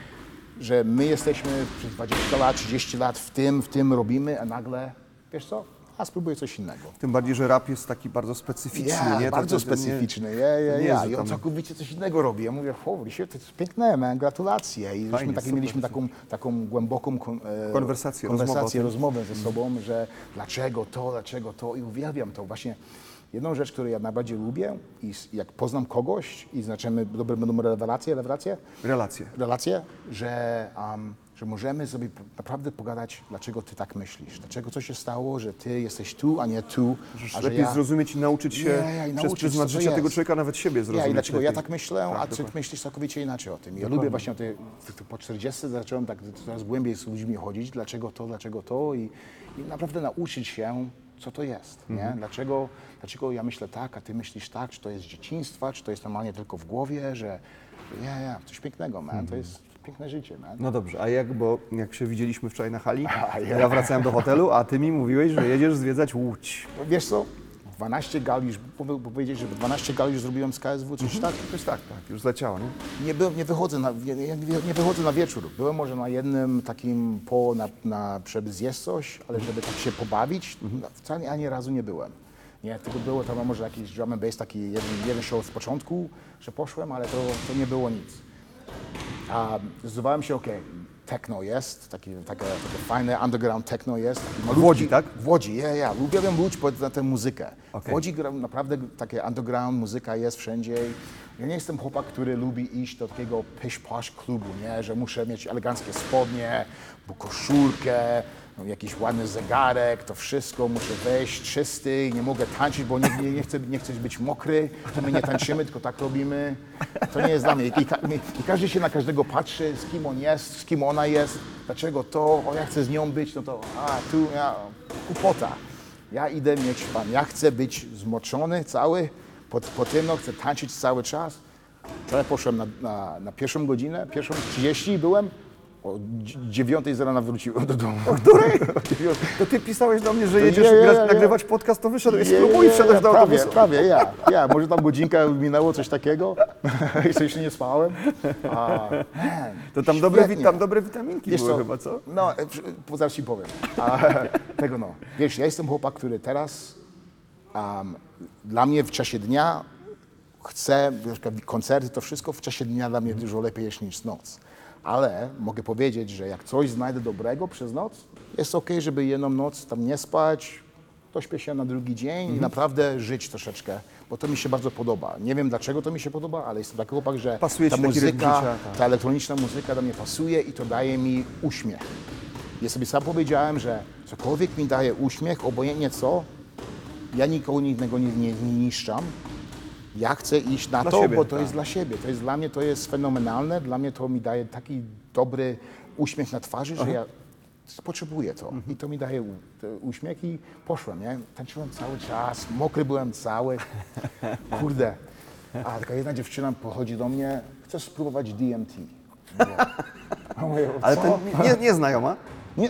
że my jesteśmy przez 20 lat, 30 lat w tym robimy, a nagle, wiesz co, spróbuję coś innego. Tym bardziej, że rap jest taki bardzo specyficzny, nie? Bardzo specyficzny, I on całkowicie coś innego robi. Ja mówię, holy shit, to jest piękne, man, gratulacje. I mieliśmy taką głęboką konwersację, rozmowę ze sobą, że dlaczego to i uwielbiam to. Właśnie jedną rzecz, którą ja najbardziej lubię i jak poznam kogoś i będą relacje, że możemy sobie naprawdę pogadać, dlaczego ty tak myślisz, dlaczego co się stało, że ty jesteś tu, a nie tu. Lepiej zrozumieć i nauczyć się przez pryzmat życia tego człowieka, nawet siebie zrozumieć. I dlaczego lepiej. ja tak myślę, a ty myślisz całkowicie inaczej o tym. Ja lubię właśnie po 40 zacząłem tak coraz głębiej z ludźmi chodzić, dlaczego to i naprawdę nauczyć się, co to jest, nie? Dlaczego ja myślę tak, a ty myślisz tak, czy to jest z dzieciństwa, czy to jest normalnie tylko w głowie, że coś pięknego, man, to jest piękne życie, man. No dobrze, a jak się widzieliśmy wczoraj na hali, ja wracałem do hotelu, a ty mi mówiłeś, że jedziesz zwiedzać Łódź. Wiesz co, 12 gali już, powiedzieć, że 12 gali już zrobiłem z KSW, coś tak? Tak, już zleciało, nie? Nie wychodzę na wieczór. Byłem może na jednym takim żeby zjeść coś, ale żeby tak się pobawić, wcale ani razu nie byłem. Nie, tylko było tam może jakiś drum and bass, taki jeden show z początku, że poszłem, ale to nie było nic. Zdecydowałem się, techno jest, takie fajne underground techno jest. W Łodzi, tak? W Łodzi, Lubię Łódź na tę muzykę. W Łodzi naprawdę takie underground muzyka jest wszędzie. Ja nie jestem chłopak, który lubi iść do takiego pish-posh klubu, nie? Że muszę mieć eleganckie spodnie, koszulkę, jakiś ładny zegarek, to wszystko, muszę wejść czysty, nie mogę tańczyć, bo nie chcę być mokry, to my nie tańczymy, tylko tak robimy. To nie jest dla mnie. I każdy się na każdego patrzy, z kim on jest, z kim ona jest, dlaczego ja chcę z nią być, głupota. Ja idę mieć ja chcę być zmoczony cały, po tym chcę tańczyć cały czas. Wczoraj poszłem na pierwszą godzinę, 1:30 byłem, o 9 z rana wróciłem do domu. O której? To ty pisałeś do mnie, że jedziesz nagrywać podcast, to wyszedłeś z klubu i wszedłeś do autobusu. Prawie, może tam godzinka minęło, coś takiego. Jeszcze się nie spałem. To tam dobre witaminki były chyba, co? No, zaraz ci powiem. Wiesz, ja jestem chłopak, który teraz dla mnie w czasie dnia chcę, koncerty, to wszystko w czasie dnia dla mnie dużo lepiej niż noc. Ale mogę powiedzieć, że jak coś znajdę dobrego przez noc, jest okej, żeby jedną noc tam nie spać, dośpię się na drugi dzień i naprawdę żyć troszeczkę, bo to mi się bardzo podoba. Nie wiem dlaczego to mi się podoba, ale jestem taki chłopak, że ta muzyka, ta elektroniczna muzyka do mnie pasuje i to daje mi uśmiech. Ja sobie sam powiedziałem, że cokolwiek mi daje uśmiech, obojętnie co, ja nikogo innego nie niszczam. Ja chcę iść na Dla to, siebie, bo to tak. jest dla siebie. To jest dla mnie to jest fenomenalne. Dla mnie to mi daje taki dobry uśmiech na twarzy, że ja potrzebuję to. I to mi daje uśmiech i poszłem, nie? Tańczyłem cały czas, mokry byłem cały. Kurde. A taka jedna dziewczyna podchodzi do mnie, chcesz spróbować DMT? Mówię, Ale co? to nie znajoma? Nie,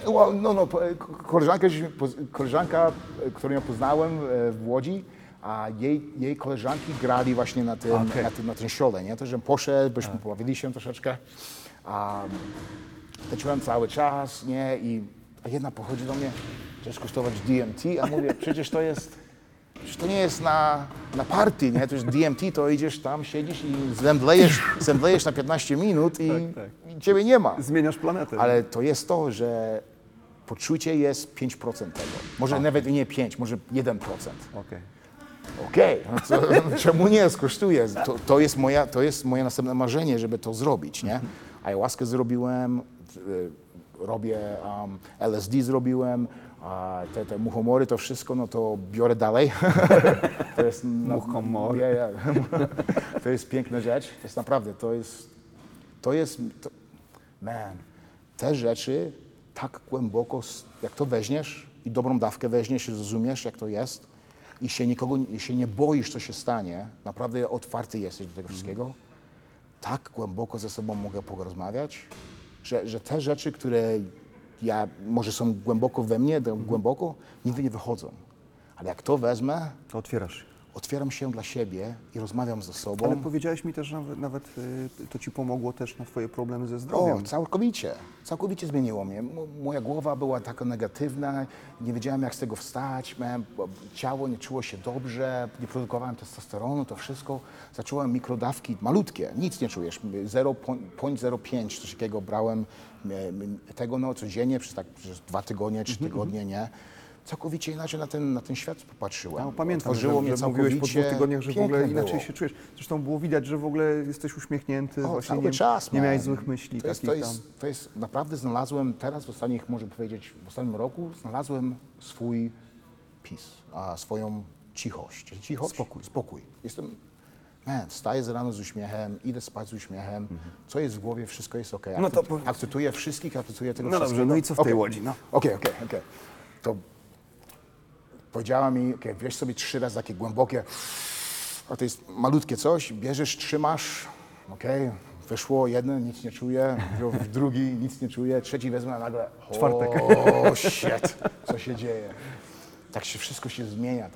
koleżanka, którą ja poznałem w Łodzi, a jej koleżanki grali właśnie na tym szole, nie? To, że poszedł, byśmy pobawili się troszeczkę, a tańczyłem cały czas, nie? A jedna pochodzi do mnie, chcesz kosztować DMT? A mówię, przecież to nie jest na party, nie? To jest DMT, to idziesz tam, siedzisz i zemdlejesz na 15 minut i ciebie nie ma. Zmieniasz planetę. Ale to jest to, że poczucie jest 5% tego. Może nawet nie 5, może 1%. Okej, no czemu nie? Skosztuję. To jest moje następne marzenie, żeby to zrobić, nie? Ayahuaskę zrobiłem, robię LSD zrobiłem, a te muchomory, to wszystko, no to biorę dalej. To jest Muchomory. To jest piękna rzecz. To jest naprawdę, man, te rzeczy tak głęboko, jak to weźmiesz i dobrą dawkę weźmiesz i zrozumiesz, jak to jest i się nie boisz, co się stanie, naprawdę otwarty jesteś do tego wszystkiego, tak głęboko ze sobą mogę porozmawiać, że te rzeczy, które może są głęboko we mnie, głęboko, nigdy nie wychodzą. Ale jak to wezmę, To otwierasz się. otwieram się dla siebie i rozmawiam ze sobą. Ale powiedziałeś mi też, że nawet to ci pomogło też na twoje problemy ze zdrowiem. O, całkowicie zmieniło mnie. Moja głowa była taka negatywna, nie wiedziałem jak z tego wstać, ciało nie czuło się dobrze, nie produkowałem testosteronu, to wszystko. Zacząłem mikrodawki malutkie, nic nie czujesz, 0,05, coś takiego brałem tego codziennie przez 2 tygodnie, 3 tygodnie, nie? Całkowicie inaczej na ten świat popatrzyłem. Ja pamiętam, Otworzyło mnie że mówiłeś po 2 całkowicie. tygodniach, że w ogóle Piękne inaczej było. się czujesz. Zresztą było widać, że w ogóle jesteś uśmiechnięty, właśnie Cały czas, nie miałeś man. złych myśli. To jest naprawdę znalazłem teraz w ostatnim roku znalazłem swój peace, swoją cichość. Spokój. Wstaję z rana z uśmiechem, idę spać z uśmiechem, co jest w głowie, wszystko jest okej. No to Akceptuję wszystkich, akceptuję tego No wszystkiego. dobrze, no i co w tej Łodzi? No. Okej. To powiedziała mi, weź sobie 3 razy takie głębokie, a to jest malutkie coś, bierzesz, trzymasz, wyszło jeden, nic nie czuję, drugi, nic nie czuję, trzeci wezmę, a nagle, Czwartek. O, shit, co się dzieje? Tak się wszystko się zmienia,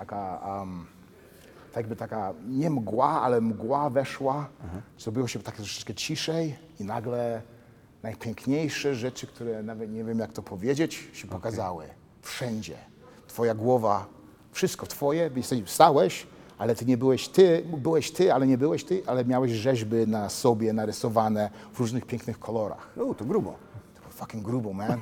taka, nie mgła, ale mgła weszła, zrobiło się tak troszeczkę ciszej i nagle najpiękniejsze rzeczy, które nawet nie wiem jak to powiedzieć, się pokazały. Wszędzie. Twoja głowa, wszystko twoje, stałeś, ale ty nie byłeś ty, ale nie byłeś ty, ale miałeś rzeźby na sobie narysowane w różnych pięknych kolorach. To grubo. To było fucking grubo, man.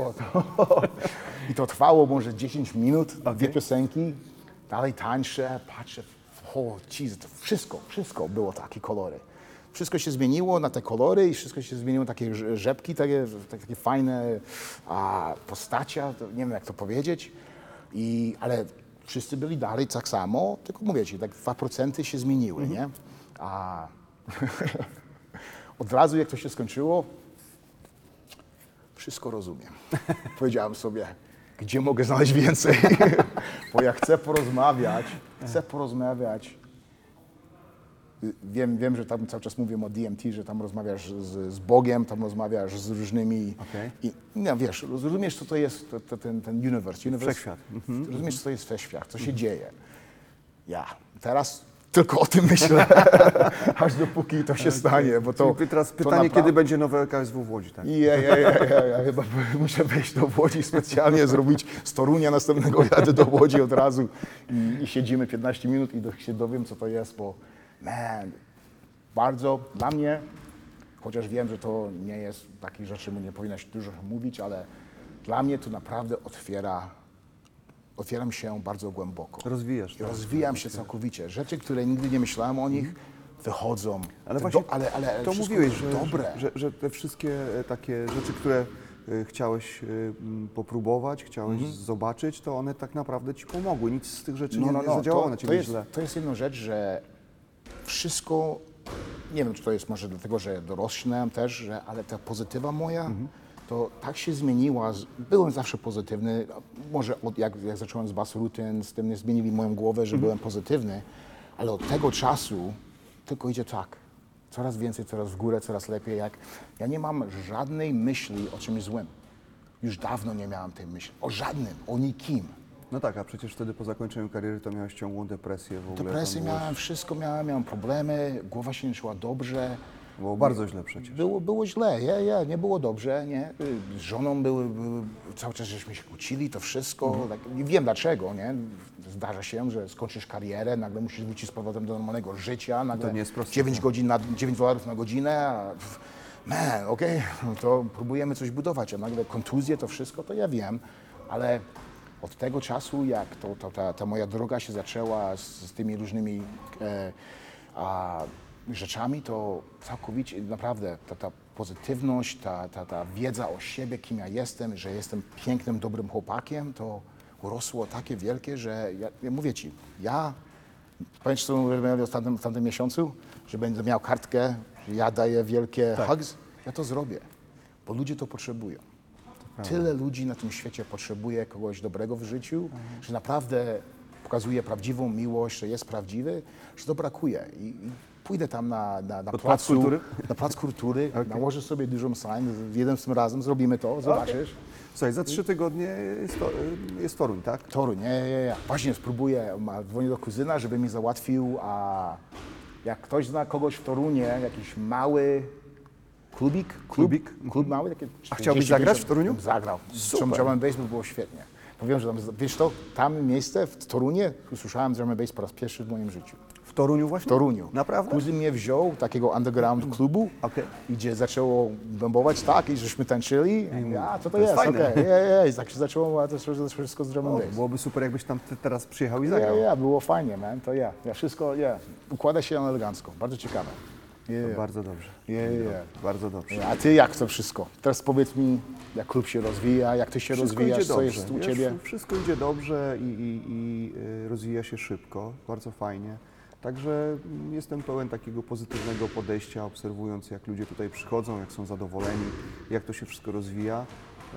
I to trwało może 10 minut, 2 piosenki, dalej tańczę, patrzę, Jesus, to wszystko było takie kolory. Wszystko się zmieniło na te kolory i wszystko się zmieniło na takie rzepki, takie fajne postacie, nie wiem jak to powiedzieć, ale wszyscy byli dalej tak samo, tylko mówię ci, tak 2% się zmieniły, nie? A od razu jak to się skończyło, wszystko rozumiem. Powiedziałem sobie, gdzie mogę znaleźć więcej, bo ja chcę porozmawiać. Wiem, że tam cały czas mówię o DMT, że tam rozmawiasz z Bogiem, tam rozmawiasz z różnymi... I, wiesz, rozumiesz, co to jest ten universe. Wszechświat. Rozumiesz, co to jest wszechświat, co się dzieje. Ja teraz tylko o tym myślę, aż dopóki to się stanie, bo to... Czyli teraz pytanie, kiedy będzie nowe KSW w Łodzi, tak? Ja chyba muszę wejść do Łodzi specjalnie, zrobić z Torunia następnego jadę do Łodzi od razu i siedzimy 15 minut i się dowiem, co to jest, bo bardzo dla mnie, chociaż wiem, że to nie jest takich rzeczy, nie powinno się dużo mówić, ale dla mnie to naprawdę otwieram się bardzo głęboko. Rozwijasz. I rozwijam się całkowicie. Rzeczy, które nigdy nie myślałem o nich, wychodzą. Ale właśnie ale to wszystko mówiłeś, jest dobre. że te wszystkie takie rzeczy, które chciałeś popróbować, chciałeś zobaczyć, to one tak naprawdę ci pomogły. Nic z tych rzeczy nie zadziałało na ciebie źle. To jest jedna rzecz, że wszystko, nie wiem, czy to jest może dlatego, że dorośnałem też, ale ta pozytywa moja, to tak się zmieniła. Byłem zawsze pozytywny. Może jak zacząłem z Bas Rutin, z tym nie zmienili moją głowę, że byłem pozytywny, ale od tego czasu tylko idzie tak. Coraz więcej, coraz w górę, coraz lepiej. Ja nie mam żadnej myśli o czymś złym. Już dawno nie miałem tej myśli. O żadnym, o nikim. No tak, a przecież wtedy po zakończeniu kariery to miałeś ciągłą depresję w ogóle. Depresję miałem, wszystko miałem problemy, głowa się nie czuła dobrze. Było bardzo źle przecież. Było źle, nie było dobrze, nie. Z żoną cały czas żeśmy się kłócili, to wszystko. Tak, nie wiem dlaczego, nie. Zdarza się, że skończysz karierę, nagle musisz wrócić z powrotem do normalnego życia, nagle to nie jest proste. 9 godzin na $9 na godzinę, a okej, no to próbujemy coś budować, a nagle kontuzje, to wszystko, to ja wiem, ale od tego czasu, jak ta moja droga się zaczęła z tymi różnymi rzeczami, to całkowicie naprawdę ta pozytywność, ta wiedza o siebie, kim ja jestem, że jestem pięknym, dobrym chłopakiem, to urosło takie wielkie, że ja mówię ci, pamiętasz co mówiłem w tamtym miesiącu, że będę miał kartkę, że ja daję wielkie hugs, ja to zrobię, bo ludzie to potrzebują. Tyle ludzi na tym świecie potrzebuje kogoś dobrego w życiu, że naprawdę pokazuje prawdziwą miłość, że jest prawdziwy, że to brakuje. I pójdę tam na plac kultury? Na plac kultury, nałożę sobie dużą sign, jeden z tym razem zrobimy to, zobaczysz. Słuchaj, za 3 tygodnie jest Toruń, tak? Toruń, nie. Właśnie spróbuję, dzwonię do kuzyna, żeby mi załatwił, a jak ktoś zna kogoś w Torunie, jakiś mały klub mały, takie. A chciałbyś zagrać w Toruniu? Zagrał. Super. Drum and bass by było świetnie. Powiem, że wiesz to, tam miejsce w Torunie, usłyszałem drum and bass po raz pierwszy w moim życiu. W Toruniu właśnie? W Toruniu. Naprawdę? Kuzyn mnie wziął, takiego underground klubu, gdzie zaczęło bombować, tak, i żeśmy tańczyli. Co to jest? Fajne. Okej. Tak się zaczęło, to wszystko z drum and bass. Byłoby super, jakbyś tam teraz przyjechał i zagrał. Było fajnie, man, to ja wszystko, układa się elegancko, bardzo ciekawe. To bardzo dobrze. Bardzo dobrze. A ty jak to wszystko? Teraz powiedz mi, jak klub się rozwija, jak ty się rozwijasz, co jest u ciebie? Wszystko idzie dobrze i rozwija się szybko, bardzo fajnie. Także jestem pełen takiego pozytywnego podejścia, obserwując jak ludzie tutaj przychodzą, jak są zadowoleni, jak to się wszystko rozwija.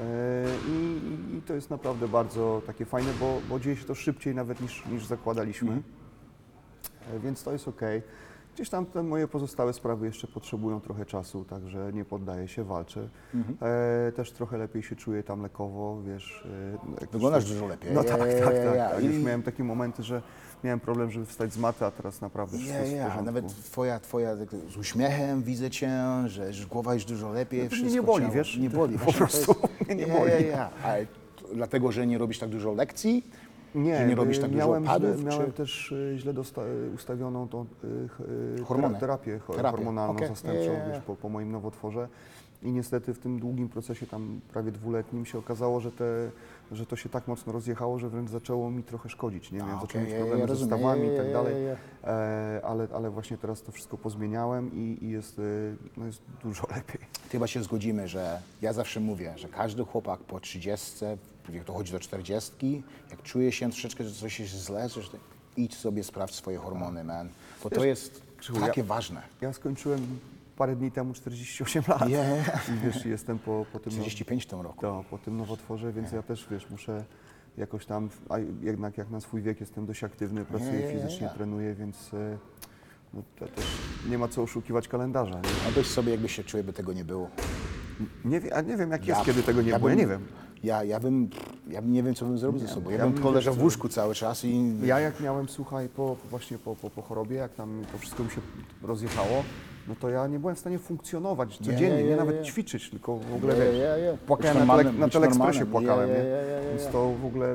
I to jest naprawdę bardzo takie fajne, bo dzieje się to szybciej nawet niż zakładaliśmy. Więc to jest okej. Gdzieś tam te moje pozostałe sprawy jeszcze potrzebują trochę czasu, także nie poddaję się, walczę. Też trochę lepiej się czuję tam lekowo, wiesz. Wyglądasz dużo lepiej. No tak. Już miałem takie momenty, że miałem problem, żeby wstać z maty, a teraz naprawdę wszystko jest w porządku. Nawet twoja z uśmiechem widzę cię, że głowa jest dużo lepiej, No, wszystko nie boli, ciało. wiesz? Nie boli. Po prostu mnie nie boli. Ale dlatego, że nie robisz tak dużo lekcji? Że nie robisz tak dużo padów? Miałem też źle ustawioną tą Hormony. terapię hormonalną zastępczą wiesz, po moim nowotworze. I niestety w tym długim procesie, tam prawie 2-letnim, się okazało, że to się tak mocno rozjechało, że wręcz zaczęło mi trochę szkodzić. Nie wiem, zacząłem mieć problemy ze stawami i tak dalej. Ale właśnie teraz to wszystko pozmieniałem i jest dużo lepiej. Chyba się zgodzimy, że ja zawsze mówię, że każdy chłopak po 30, jak dochodzi do 40, jak czuje się troszeczkę, że coś jest źle, że idź sobie sprawdź swoje hormony, man. Bo to jest takie ważne. Ja skończyłem parę dni temu 48 lat. I wiesz, jestem po tym 35 w tym roku. Po tym nowotworze, więc ja też, wiesz, muszę jakoś tam, a jednak jak na swój wiek jestem dość aktywny, pracuję fizycznie, trenuję, więc no, to też nie ma co oszukiwać kalendarza. Nie? A weź sobie, jakby się czuł, by tego nie było. Nie wiem, jak jest, kiedy tego nie było, ja nie wiem. Ja bym nie wiem, co bym zrobił ze sobą. Ja bym tylko leżał w łóżku cały czas i... Ja jak miałem, słuchaj, właśnie po chorobie, jak tam to wszystko mi się rozjechało, no to ja nie byłem w stanie funkcjonować codziennie, nie nawet ćwiczyć, tylko w ogóle płakałem na Teleekspresie płakałem, więc to w ogóle...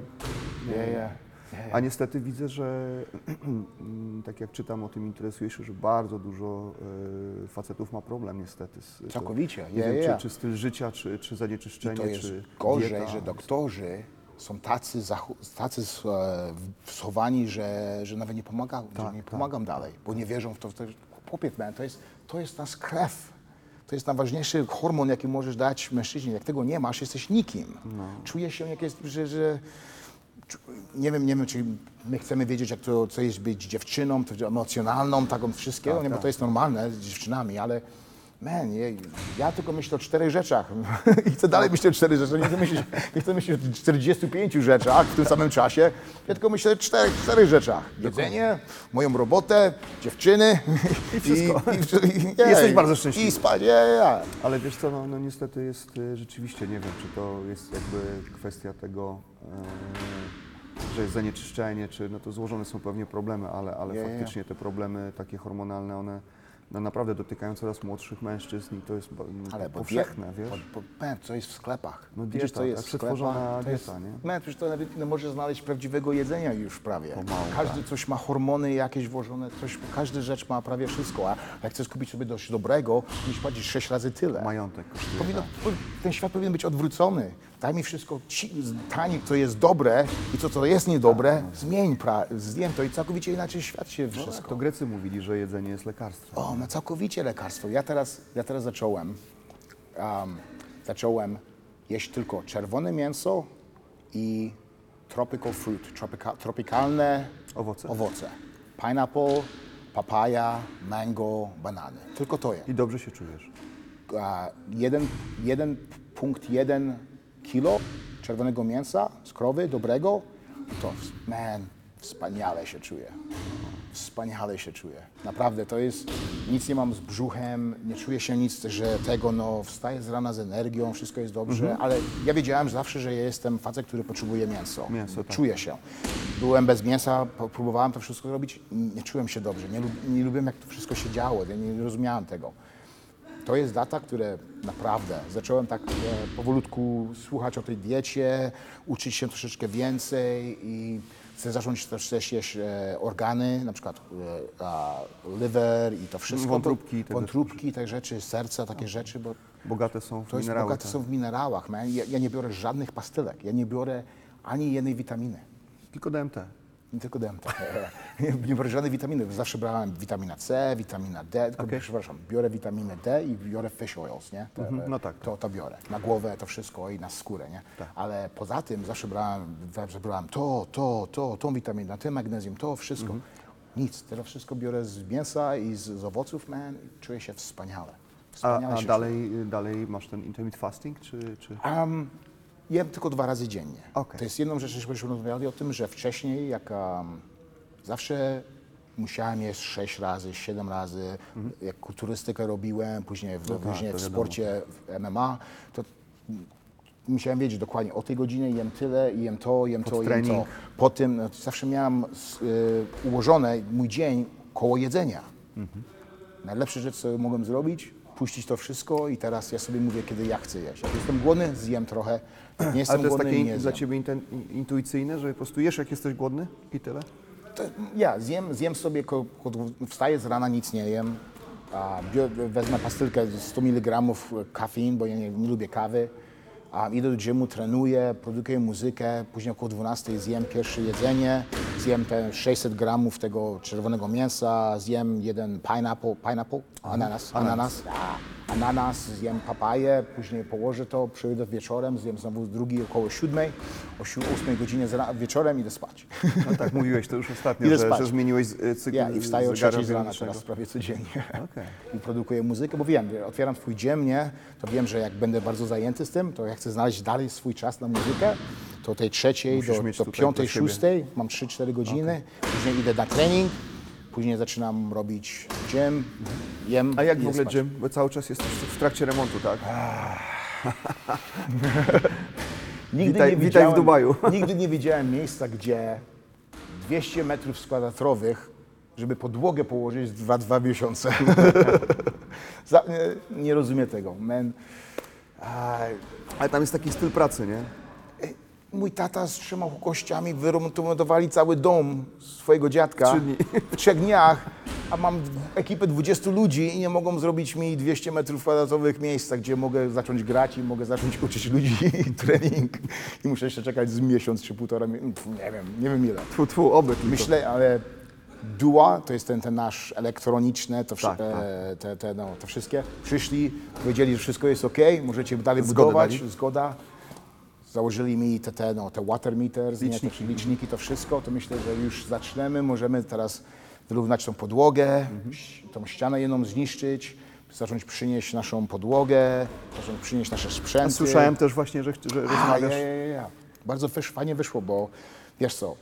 A niestety widzę, że tak jak czytam o tym, interesuje się, że bardzo dużo facetów ma problem niestety. Całkowicie. Nie wiem, czy styl życia, czy zanieczyszczenie, I to jest czy gorzej, dieta. że doktorzy są tacy schowani, że nawet nie pomagają, że nie pomagam dalej, bo nie wierzą w to. Powiedz, man, to jest nasz krew. To jest najważniejszy hormon, jaki możesz dać mężczyźnie. Jak tego nie masz, jesteś nikim. Czujesz się, jak jest, że nie wiem, czy my chcemy wiedzieć, jak to, co jest być dziewczyną, to emocjonalną, taką wszystkiego, nie, bo to jest normalne z dziewczynami, ale ja tylko myślę o 4 rzeczach i chcę dalej myśleć o 4 rzeczach, nie chcę myśleć o 45 rzeczach w tym samym czasie, ja tylko myślę o 4 rzeczach. Jedzenie, moją robotę, dziewczyny I wszystko. I Jesteś bardzo szczęśliwy. I spać, Ale wiesz co, no niestety jest rzeczywiście, nie wiem, czy to jest jakby kwestia tego, że jest zanieczyszczenie, czy no to złożone są pewnie problemy, ale faktycznie te problemy takie hormonalne, one no naprawdę dotykają coraz młodszych mężczyzn i to jest powszechne, wiesz? Co jest w sklepach? No Widzisz, dieta, co jest tak, w sklepach? przetworzona To jest, dieta, nie? Przecież to nawet nie możesz znaleźć prawdziwego jedzenia już prawie. Pomału, Każdy coś ma hormony jakieś włożone, każda rzecz ma prawie wszystko, a jak chcesz kupić sobie coś dobrego, musisz płacić 6 razy tyle. Majątek kosztuje, Ten świat powinien być odwrócony. Daj mi wszystko tani, co jest dobre i co jest niedobre, zjem to i całkowicie inaczej świat się wszystko. To Grecy mówili, że jedzenie jest lekarstwem. O, no całkowicie lekarstwo. Ja teraz zacząłem jeść tylko czerwone mięso i tropical fruit, tropikalne owoce. Pineapple, papaya, mango, banany. Tylko to jest. I dobrze się czujesz. 1,1 kilo czerwonego mięsa z krowy, dobrego, to wspaniale się czuję. Wspaniale się czuję. Naprawdę, to jest, nic nie mam z brzuchem, nie czuję się nic, że wstaję z rana z energią, wszystko jest dobrze, ale ja wiedziałem zawsze, że ja jestem facet, który potrzebuje mięso. Tak. Czuję się. Byłem bez mięsa, próbowałem to wszystko robić, nie czułem się dobrze, nie lubiłem, jak to wszystko się działo, ja nie rozumiałem tego. To jest data, które naprawdę zacząłem tak powolutku słuchać o tej diecie, uczyć się troszeczkę więcej i chcę zacząć też jeść organy, na przykład liver i to wszystko. Wątróbki, te rzeczy, serca, takie rzeczy, bo bogate są w minerały. Bogate są w minerałach. Ja nie biorę żadnych pastylek, ja nie biorę ani jednej witaminy. Tylko DMT. Nie tylko DMT. Nie biorę żadnej witaminy. Zawsze brałem witamina C, witamina D, tylko przepraszam, biorę witaminę D i biorę fish oils, nie? No tak. To biorę. Na głowę to wszystko i na skórę, nie? Tak. Ale poza tym zawsze brałem tą witaminę, ten magnezjum, to wszystko. Nic. Teraz wszystko biorę z mięsa i z owoców, i czuję się wspaniale. A dalej masz ten intermittent fasting, czy? Jem tylko 2 razy dziennie. Okay. To jest jedną rzecz, żebyśmy rozmawiali o tym, że wcześniej, jak zawsze musiałem jeść 6 razy, 7 razy, jak kulturystykę robiłem, później w sporcie, w MMA, to musiałem wiedzieć dokładnie, o tej godzinie jem tyle, jem to. Po tym zawsze miałem ułożone mój dzień koło jedzenia. Najlepsza rzecz, co mogłem zrobić, puścić to wszystko i teraz ja sobie mówię, kiedy ja chcę jeść. Jak jestem głodny, zjem trochę. Nie jestem Ale to głodny, jest nie takie dla Ciebie intuicyjne, że po prostu jesz, jak jesteś głodny i tyle? Ja zjem sobie, wstaję z rana, nic nie jem. Wezmę pastylkę 100 mg kafein, bo ja nie lubię kawy. Idę do gymu, trenuję, produkuję muzykę, później około 12 zjem pierwsze jedzenie, zjem te 600 gramów tego czerwonego mięsa, zjem jeden ananas, zjem papaję, później położę to, przyjdę wieczorem, zjem znowu drugi około 7, o 8 godzinie wieczorem idę spać. No tak, mówiłeś to już ostatnio, że zmieniłeś cykl. I wstaję o 3 z rana teraz prawie codziennie. I produkuję muzykę, bo wiem, otwieram swój dzień, nie? To wiem, że jak będę bardzo zajęty z tym, to jak chcę znaleźć dalej swój czas na muzykę, to od tej 3 do 5, 6 mam 3-4 godziny, później idę na trening, później zaczynam robić gym, jem. A jak i w ogóle spać. gym? Bo cały czas jesteś w trakcie remontu, tak? Witaj w Dubaju. Nigdy nie widziałem miejsca, gdzie 200 metrów kwadratowych, żeby podłogę położyć w 2 miesiące. Nie rozumiem tego. Ale tam jest taki styl pracy, nie? Mój tata z 3 kościami wyremontowali cały dom swojego dziadka 3 dni. w 3 dniach, a mam ekipę 20 ludzi i nie mogą zrobić mi 200 metrów kwadratowych miejsca, gdzie mogę zacząć grać i mogę zacząć uczyć ludzi trening. I muszę jeszcze czekać z miesiąc czy 1,5 miesiąca, nie wiem ile. Oby tylko. Myślę, ale Dua, to jest ten nasz elektroniczne, to, Tak, te wszystkie. Przyszli, powiedzieli, że wszystko jest ok, możecie dalej Zgodę budować, dali? zgoda. Założyli mi te water meters, Liczniki. te liczniki, to wszystko, to myślę, że już zaczniemy, możemy teraz wyrównać tą podłogę, tą ścianę jedną zniszczyć, zacząć przynieść naszą podłogę, zacząć przynieść nasze sprzęty. Słyszałem też właśnie, że rozmawiasz. Ja. Bardzo fajnie wyszło, bo wiesz co,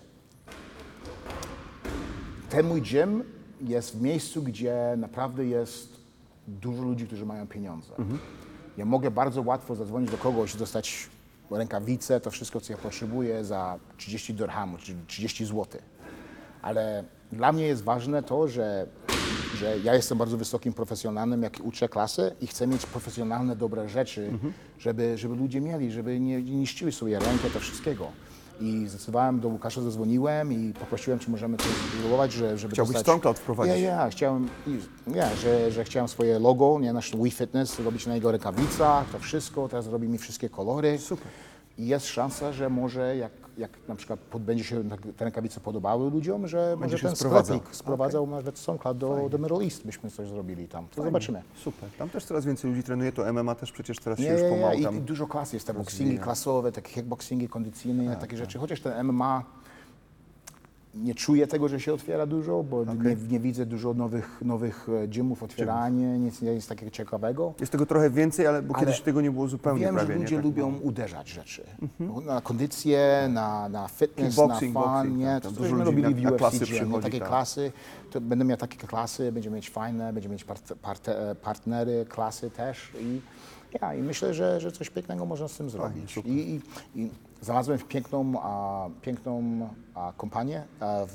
ten mój gym jest w miejscu, gdzie naprawdę jest dużo ludzi, którzy mają pieniądze. Ja mogę bardzo łatwo zadzwonić do kogoś, dostać rękawice, to wszystko, co ja potrzebuję za 30 dirhamów, czyli 30 zł. Ale dla mnie jest ważne to, że ja jestem bardzo wysokim profesjonalnym, jak uczę klasy i chcę mieć profesjonalne, dobre rzeczy, żeby ludzie mieli, żeby nie niszczyli sobie rękę, to wszystkiego. I zdecydowałem, do Łukasza zadzwoniłem i poprosiłem, czy możemy coś spróbować, żeby Chciałbyś dostać... StoneCloud wprowadzić? Chciałem, że chciałem swoje logo, nie, nasz We Fitness, robić na jego rękawicach, to wszystko, teraz robi mi wszystkie kolory. Super. I jest szansa, że może jak na przykład będzie się te rękawice podobały ludziom, że może się ten sprowadzał. sklepik sprowadzał nawet StoneCloud do Middle East, byśmy coś zrobili tam. To zobaczymy. Super. Tam też coraz więcej ludzi trenuje, to MMA też przecież teraz się Nie, już pomału i tam... dużo klas jest, te boxingi klasowe, takie kickboxingi kondycyjne, takie rzeczy. Chociaż ten MMA nie czuję tego, że się otwiera dużo, bo nie widzę dużo nowych gymów, otwieranie, nic nie jest takiego ciekawego. Jest tego trochę więcej, bo kiedyś tego nie było zupełnie Wiem, prawie. że ludzie nie? Tak lubią uderzać rzeczy. Na kondycję, na fitness, Kickboxing, na fun, boxing, nie? tak, To tam co dużo żeśmy ludzi robili w na UFC klasy gym, przychodzi, takie tak. klasy, to będę miał takie klasy, będziemy mieć fajne, będziemy mieć partnery, klasy też i myślę, że coś pięknego można z tym zrobić. super. I znalazłem piękną kompanię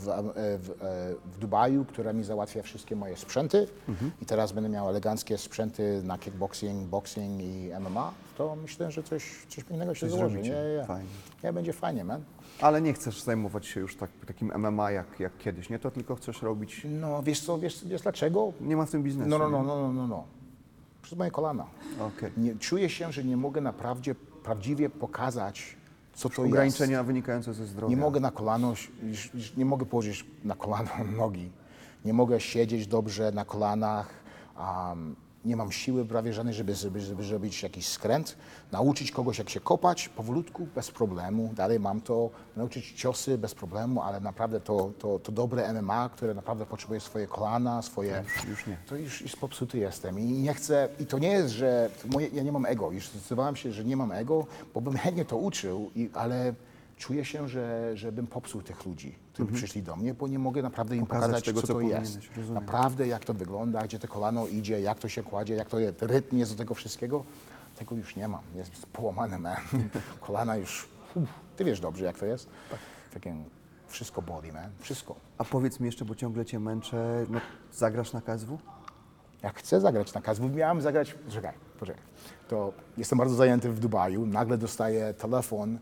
w Dubaju, która mi załatwia wszystkie moje sprzęty i teraz będę miał eleganckie sprzęty na kickboxing, boxing i MMA, to myślę, że coś pięknego się założy. zrobicie. Fajnie. Będzie fajnie, man. Ale nie chcesz zajmować się już takim MMA jak kiedyś, nie? To tylko chcesz robić... No wiesz co, wiesz dlaczego? Nie ma w tym biznesu. No. Przez moje kolana. Okej. Czuję się, że nie mogę naprawdę prawdziwie pokazać, co to jest. Ograniczenia wynikające ze zdrowia. Nie mogę na kolano, nie mogę położyć na kolano nogi. Nie mogę siedzieć dobrze na kolanach. Nie mam siły prawie żadnej, żeby zrobić jakiś skręt. Nauczyć kogoś, jak się kopać, powolutku, bez problemu. Dalej mam to. Nauczyć ciosy bez problemu, ale naprawdę to dobre MMA, które naprawdę potrzebuje swoje kolana, swoje... Już nie. To już popsuty jestem i nie chcę, i to nie jest, że ja nie mam ego, już zdecydowałem się, że nie mam ego, bo bym chętnie to uczył, ale czuję się, że bym popsuł tych ludzi, którzy przyszli do mnie, bo nie mogę naprawdę im pokazać tego, co co to powinieneś, jest. rozumiem. Naprawdę jak to wygląda, gdzie to kolano idzie, jak to się kładzie, jak to jest, rytm jest do tego wszystkiego, tego już nie mam, jest połamane, man. Kolana już, ty wiesz dobrze jak to jest, takie wszystko boli, man, wszystko. A powiedz mi jeszcze, bo ciągle cię męczę, zagrasz na KSW? Jak chcę zagrać na KSW, miałem zagrać, poczekaj, to jestem bardzo zajęty w Dubaju, nagle dostaję telefon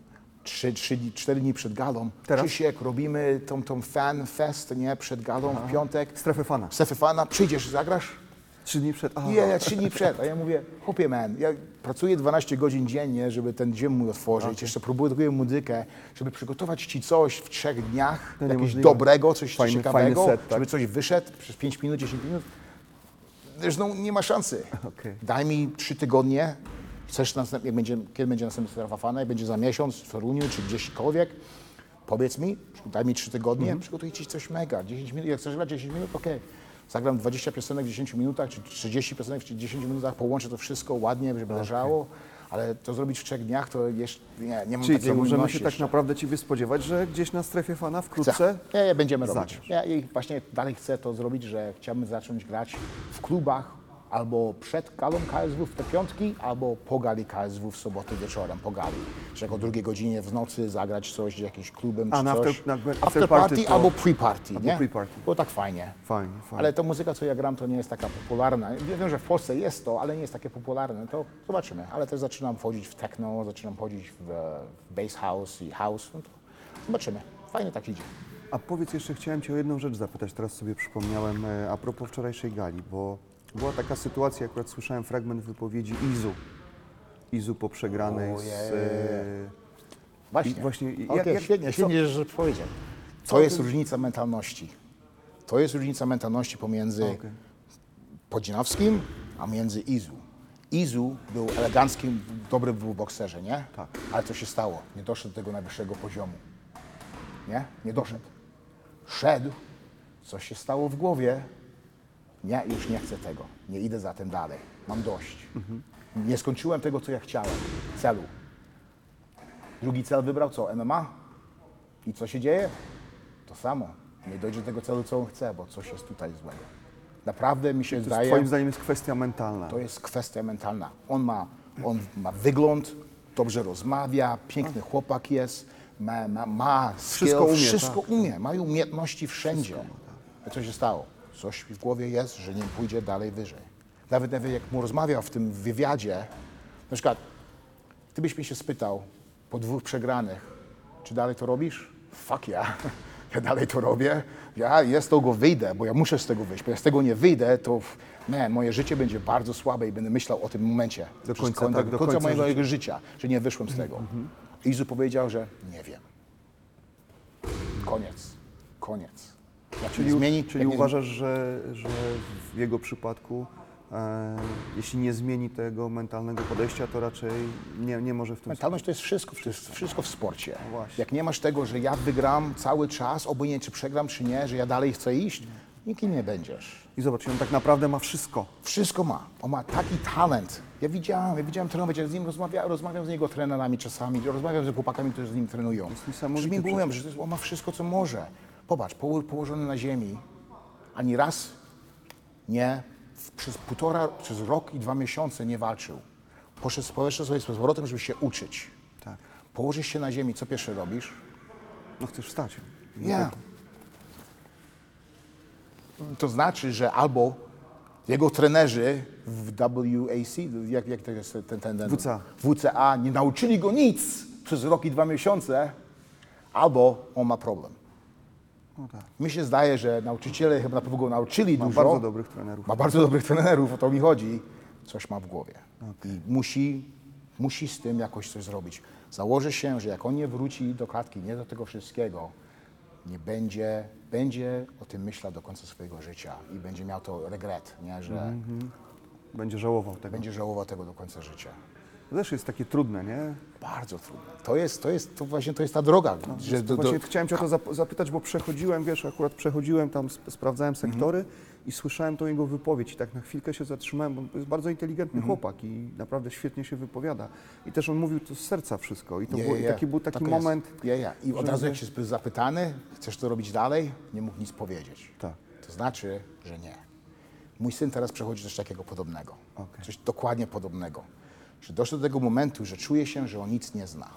4 dni przed galą. Teraz? Krzysiek, robimy tą fan fest, nie, przed galą w piątek. Strefę fana. Strefę fana, przyjdziesz, zagrasz? 3 dni przed... Nie, 3 dni przed. A ja mówię, chłopie man, ja pracuję 12 godzin dziennie, żeby ten gym mój otworzyć, jeszcze próbuję muzykę, żeby przygotować ci coś w 3 dniach, To jakieś niemożliwe. dobrego, coś Fajny ciekawego, set, tak? żeby coś wyszedł przez 5 minut, 10 minut. Zresztą nie ma szansy. Okej. Daj mi 3 tygodnie, chcesz kiedy będzie następny Strefa Fana, jak będzie za miesiąc w Toruniu czy gdzieśkolwiek, powiedz mi, daj mi 3 tygodnie, przygotuję ci coś mega, 10 minut, jak chcesz grać 10 minut, okej. Zagram 20 piosenek w 10 minutach, czy 30 piosenek w 10 minutach, połączę to wszystko ładnie, żeby leżało, ale to zrobić w 3 dniach, to jeszcze nie mam Czyli takiej co, możemy umiejętności się tak jeszcze. naprawdę ciebie spodziewać, że gdzieś na strefie fana wkrótce... Chcę. Nie, będziemy robić. zagrasz. Ja i właśnie dalej chcę to zrobić, że chciałbym zacząć grać w klubach albo przed galą KSW w te piątki, albo po gali KSW w soboty wieczorem, po gali. Że o 2 godzinie w nocy zagrać coś z jakimś klubem A czy na coś. after party to- albo pre-party, nie? pre-party. Było tak fajnie. Fajnie. Ale ta muzyka, co ja gram, to nie jest taka popularna. Ja wiem, że w Polsce jest to, ale nie jest takie popularne. To zobaczymy. Ale też zaczynam wchodzić w techno, zaczynam wchodzić w bass house i house. No to zobaczymy. Fajnie tak idzie. A powiedz jeszcze, chciałem cię o jedną rzecz zapytać, teraz sobie przypomniałem, a propos wczorajszej gali, bo była taka sytuacja, akurat słyszałem fragment wypowiedzi Izu po przegranej Właśnie. właśnie Okej, jak- świetnie, co- że powiedział. To jest różnica mentalności. To jest różnica mentalności pomiędzy Okej. Podzinowskim, a między Izu. Izu był eleganckim, dobry był w bokserze, nie? Tak. Ale co się stało? Nie doszedł do tego najwyższego poziomu. Nie? Nie doszedł. Szedł, coś się stało w głowie. Nie, już nie chcę tego. Nie idę za tym dalej. Mam dość. Nie skończyłem tego, co ja chciałem. Celu. Drugi cel wybrał co? MMA? I co się dzieje? To samo. Nie dojdzie do tego celu, co on chce, bo coś jest tutaj złego. Naprawdę mi się To jest, zdaje... twoim zdaniem jest kwestia mentalna. To jest kwestia mentalna. On ma wygląd, dobrze rozmawia, piękny chłopak jest, ma skill, Wszystko umie, wszystko tak. umie, ma umiejętności wszędzie. I co się stało? Coś w głowie jest, że nie pójdzie dalej wyżej. Nawet jak mu rozmawiał w tym wywiadzie, na przykład, gdybyś mnie się spytał po 2 przegranych, czy dalej to robisz? Fuck ja dalej to robię. Ja z tego wyjdę, bo ja muszę z tego wyjść. Bo ja z tego nie wyjdę, to moje życie będzie bardzo słabe i będę myślał o tym momencie. Do Przez końca, tak, do końca końca mojego życia, że nie wyszłem z tego. Izu powiedział, że nie wiem. Koniec. Jak nie zmieni, Czyli jak nie uważasz, że w jego przypadku, jeśli nie zmieni tego mentalnego podejścia, to raczej nie może w tym... Mentalność to jest wszystko w sporcie. No właśnie. Jak nie masz tego, że ja wygram cały czas, obojętnie czy przegram, czy nie, że ja dalej chcę iść, nikim nie będziesz. I zobacz, on tak naprawdę ma wszystko. Wszystko ma. On ma taki talent. Ja widziałem trenować, ja z nim rozmawiam z jego trenerami czasami, rozmawiam z chłopakami, którzy z nim trenują. niesamowity Że mi mówią, że on ma wszystko, co może. Popatrz, położony na ziemi, ani raz nie, przez rok i 2 miesiące nie walczył. Poszedł sobie z powrotem, żeby się uczyć. Tak. Położysz się na ziemi, co pierwsze robisz? No chcesz wstać. Nie. To znaczy, że albo jego trenerzy w WAC, jak to jest ten WCA nie nauczyli go nic przez rok i 2 miesiące, albo on ma problem. No tak. Mi się zdaje, że nauczyciele chyba na pewno go nauczyli Ma dużo. bardzo dobrych trenerów. Ma bardzo dobrych trenerów, o to mi chodzi. Coś ma w głowie. I musi z tym jakoś coś zrobić. Założę się, że jak on nie wróci do klatki, nie do tego wszystkiego, nie będzie o tym myślał do końca swojego życia i będzie miał to regret, nie? Że Będzie żałował tego. będzie żałował tego do końca życia. To też jest takie trudne, nie? Bardzo trudne. To właśnie jest ta droga. Że Właśnie chciałem Cię o to zapytać, bo przechodziłem, wiesz, akurat przechodziłem tam, sprawdzałem sektory i słyszałem tą jego wypowiedź i tak na chwilkę się zatrzymałem, bo to jest bardzo inteligentny chłopak i naprawdę świetnie się wypowiada. I też on mówił to z serca wszystko i to był taki moment... I od razu jak się był zapytany, chcesz to robić dalej, nie mógł nic powiedzieć. Tak. To znaczy, że nie. Mój syn teraz przechodzi coś takiego podobnego. Okej. Coś dokładnie podobnego. Że doszło do tego momentu, że czuje się, że on nic nie zna.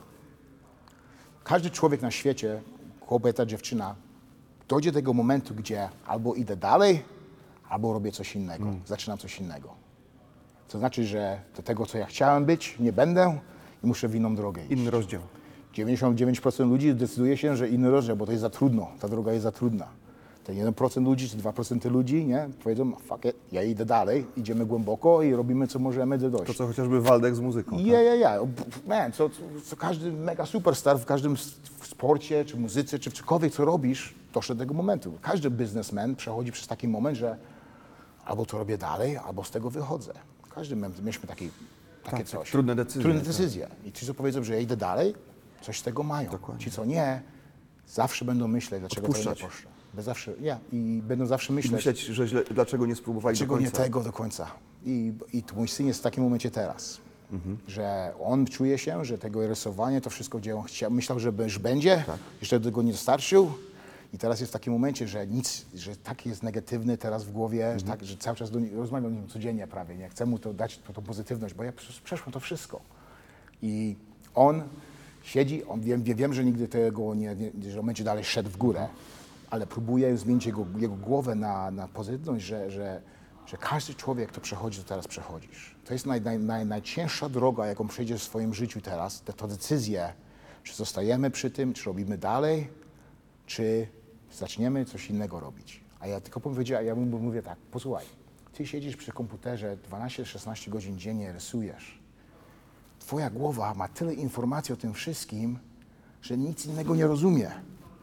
Każdy człowiek na świecie, kobieta, dziewczyna, dojdzie do tego momentu, gdzie albo idę dalej, albo robię coś innego, zaczynam coś innego. To znaczy, że do tego, co ja chciałem być, nie będę i muszę w inną drogę iść. Inny rozdział. 99% ludzi decyduje się, że inny rozdział, bo to jest za trudno, ta droga jest za trudna. Ten 1% ludzi czy 2% ludzi, nie, powiedzą, fuck it, ja idę dalej, idziemy głęboko i robimy, co możemy do dojść. To co chociażby Waldek z muzyką. Tak? Man, co każdy mega superstar w każdym sporcie, czy muzyce, czy w cokolwiek, co robisz, doszedł do tego momentu. Każdy biznesmen przechodzi przez taki moment, że albo to robię dalej, albo z tego wychodzę. Każdy mieliśmy takie coś. trudne decyzje, Trudne tak. decyzje. I ci, co powiedzą, że ja idę dalej, coś z tego mają. Dokładnie. Ci, co nie, zawsze będą myśleć, dlaczego to Odpuszczać. nie poszło. I będą zawsze myśleć, Myśleć, że dlaczego nie spróbowali dlaczego do nie końca. tego do końca. I to mój syn jest w takim momencie teraz, że on czuje się, że tego rysowanie, to wszystko, gdzie on myślał, że już będzie, jeszcze tego nie dostarczył. I teraz jest w takim momencie, że taki jest negatywny teraz w głowie, że cały czas rozmawiam z nim codziennie prawie, nie chcę mu to dać tą pozytywność, bo ja przeszłem to wszystko. I on siedzi, wiem, że nigdy tego że on będzie dalej szedł w górę, ale próbuję zmienić jego głowę na pozytywność, że każdy człowiek, kto przechodzi, to teraz przechodzisz. To jest najcięższa droga, jaką przejdziesz w swoim życiu teraz, to decyzje, czy zostajemy przy tym, czy robimy dalej, czy zaczniemy coś innego robić. A ja tylko mówię tak, posłuchaj, ty siedzisz przy komputerze 12-16 godzin dziennie, rysujesz. Twoja głowa ma tyle informacji o tym wszystkim, że nic innego nie rozumie.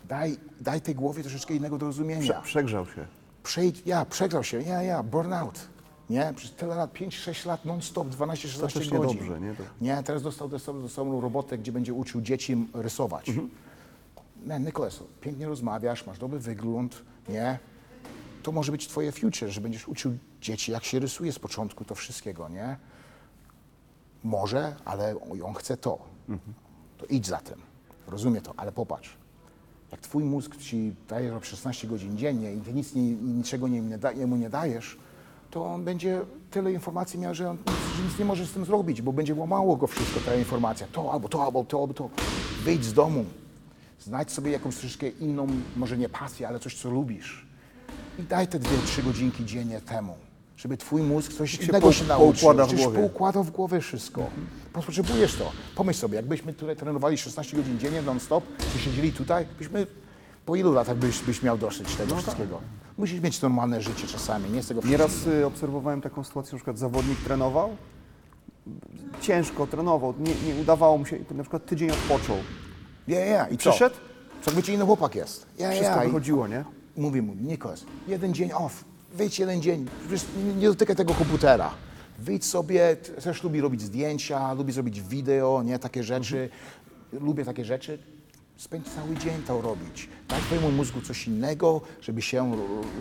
Daj tej głowie troszeczkę innego do rozumienia. Przegrzał się. Przegrzał się, burnout. Nie? Przez tyle lat, 5-6 lat non-stop, 12-16 też godzin. niedobrze, nie? Nie, teraz dostał robotę, gdzie będzie uczył dzieci rysować. Nicholas, pięknie rozmawiasz, masz dobry wygląd, nie? To może być twoje future, że będziesz uczył dzieci, jak się rysuje z początku to wszystkiego, nie? Może, ale on chce to. To idź za tym. Rozumie to, ale popatrz. Jak twój mózg ci daje 16 godzin dziennie i ty niczego mu nie dajesz, to on będzie tyle informacji miał, że on nic nie może z tym zrobić, bo będzie łamało go wszystko, ta informacja. To albo to, albo to, albo to. Wyjdź z domu. Znajdź sobie jakąś troszeczkę inną, może nie pasję, ale coś, co lubisz. I daj te 2-3 godzinki dziennie temu, żeby twój mózg coś innego się nauczył. Poukładał w głowie wszystko. Potrzebujesz to. Pomyśl sobie, jakbyśmy tutaj trenowali 16 godzin dziennie non-stop, by siedzieli tutaj, po ilu latach byś miał dosyć tego wszystkiego? Musisz mieć normalne życie czasami, nie z tego Nieraz obserwowałem taką sytuację, że na przykład zawodnik trenował, ciężko trenował, nie udawało mu się, i na przykład tydzień odpoczął. I Przyszedł? Co być inny chłopak jest. Wszystko wychodziło, nie? Mówię mu, Nikos, jeden dzień off, wyjdź jeden dzień, nie dotykaj tego komputera. Wyjdź sobie, też lubi robić zdjęcia, lubi zrobić wideo, nie, takie rzeczy. Lubię takie rzeczy. Spędź cały dzień to robić. Daj twojemu mózgu coś innego, żeby się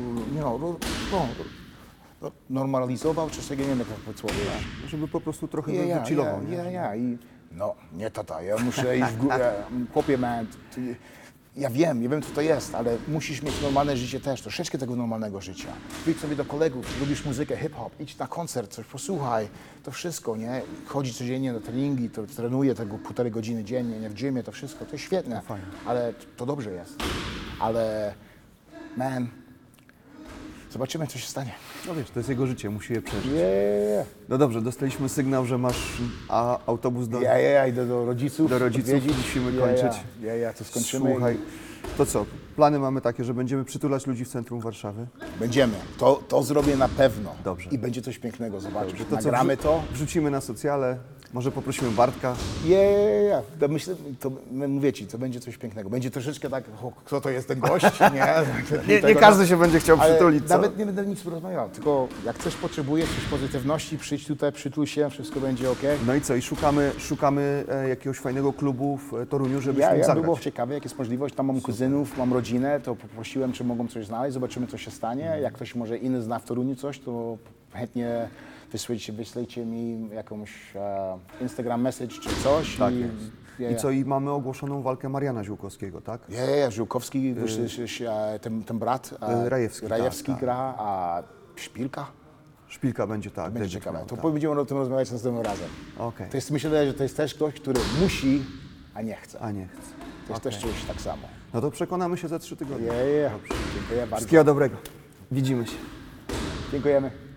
normalizował, czy sobie nie wiem, jak to słowo. Żeby po prostu trochę wychillował, nie? I nie tata, ja muszę iść w górę, chłopie, man, ja wiem, co to jest, ale musisz mieć normalne życie też, troszeczkę tego normalnego życia. Wyjdź sobie do kolegów, lubisz muzykę, hip-hop, idź na koncert, coś posłuchaj, to wszystko, nie? Chodzi codziennie na treningi, to trenuję tego 1,5 godziny dziennie, nie, w gymie, to wszystko, to jest świetne, ale to dobrze jest. Ale, man, zobaczymy, co się stanie. No wiesz, to jest jego życie, musi je przeżyć. Yeah. No dobrze, dostaliśmy sygnał, że masz autobus do... Idę do rodziców. Do rodziców, musimy kończyć. To skończymy. Słuchaj, to co? Plany mamy takie, że będziemy przytulać ludzi w centrum Warszawy. Będziemy. To zrobię na pewno. Dobrze. I będzie coś pięknego, zobaczysz. Dobrze, to nagramy to. Wrzucimy na socjale, może poprosimy Bartka. To myślę, mówię ci, to będzie coś pięknego. Będzie troszeczkę tak, kto to jest ten gość, nie? Nie każdy się będzie chciał przytulić, co? Nawet nie będę nic rozmawiał, tylko jak coś potrzebujesz, coś pozytywności, przyjdź tutaj, przytul się, wszystko będzie ok. No i co? I szukamy jakiegoś fajnego klubu w Toruniu, żeby Ja zagrać. było ciekawe, jak jest możliwość, tam mam kuzynów, mam rodzinę, to poprosiłem, czy mogą coś znaleźć, zobaczymy, co się stanie. Jak ktoś może inny zna w Toruniu coś, to chętnie wyślijcie mi jakąś Instagram message czy coś. Tak jest. I co? I mamy ogłoszoną walkę Mariana Ziółkowskiego, tak? Ziółkowski, ten brat Rajewski tak. gra, a Szpilka? Szpilka będzie, tak. Będzie ciekawe. To będziemy o tym rozmawiać następnym razem. Okay. To jest, myślę, że to jest też ktoś, który musi, a nie chce. To jest też coś tak samo. No to przekonamy się za 3 tygodnie. Dziękuję bardzo. Wszystkiego dobrego. Widzimy się. Dziękujemy.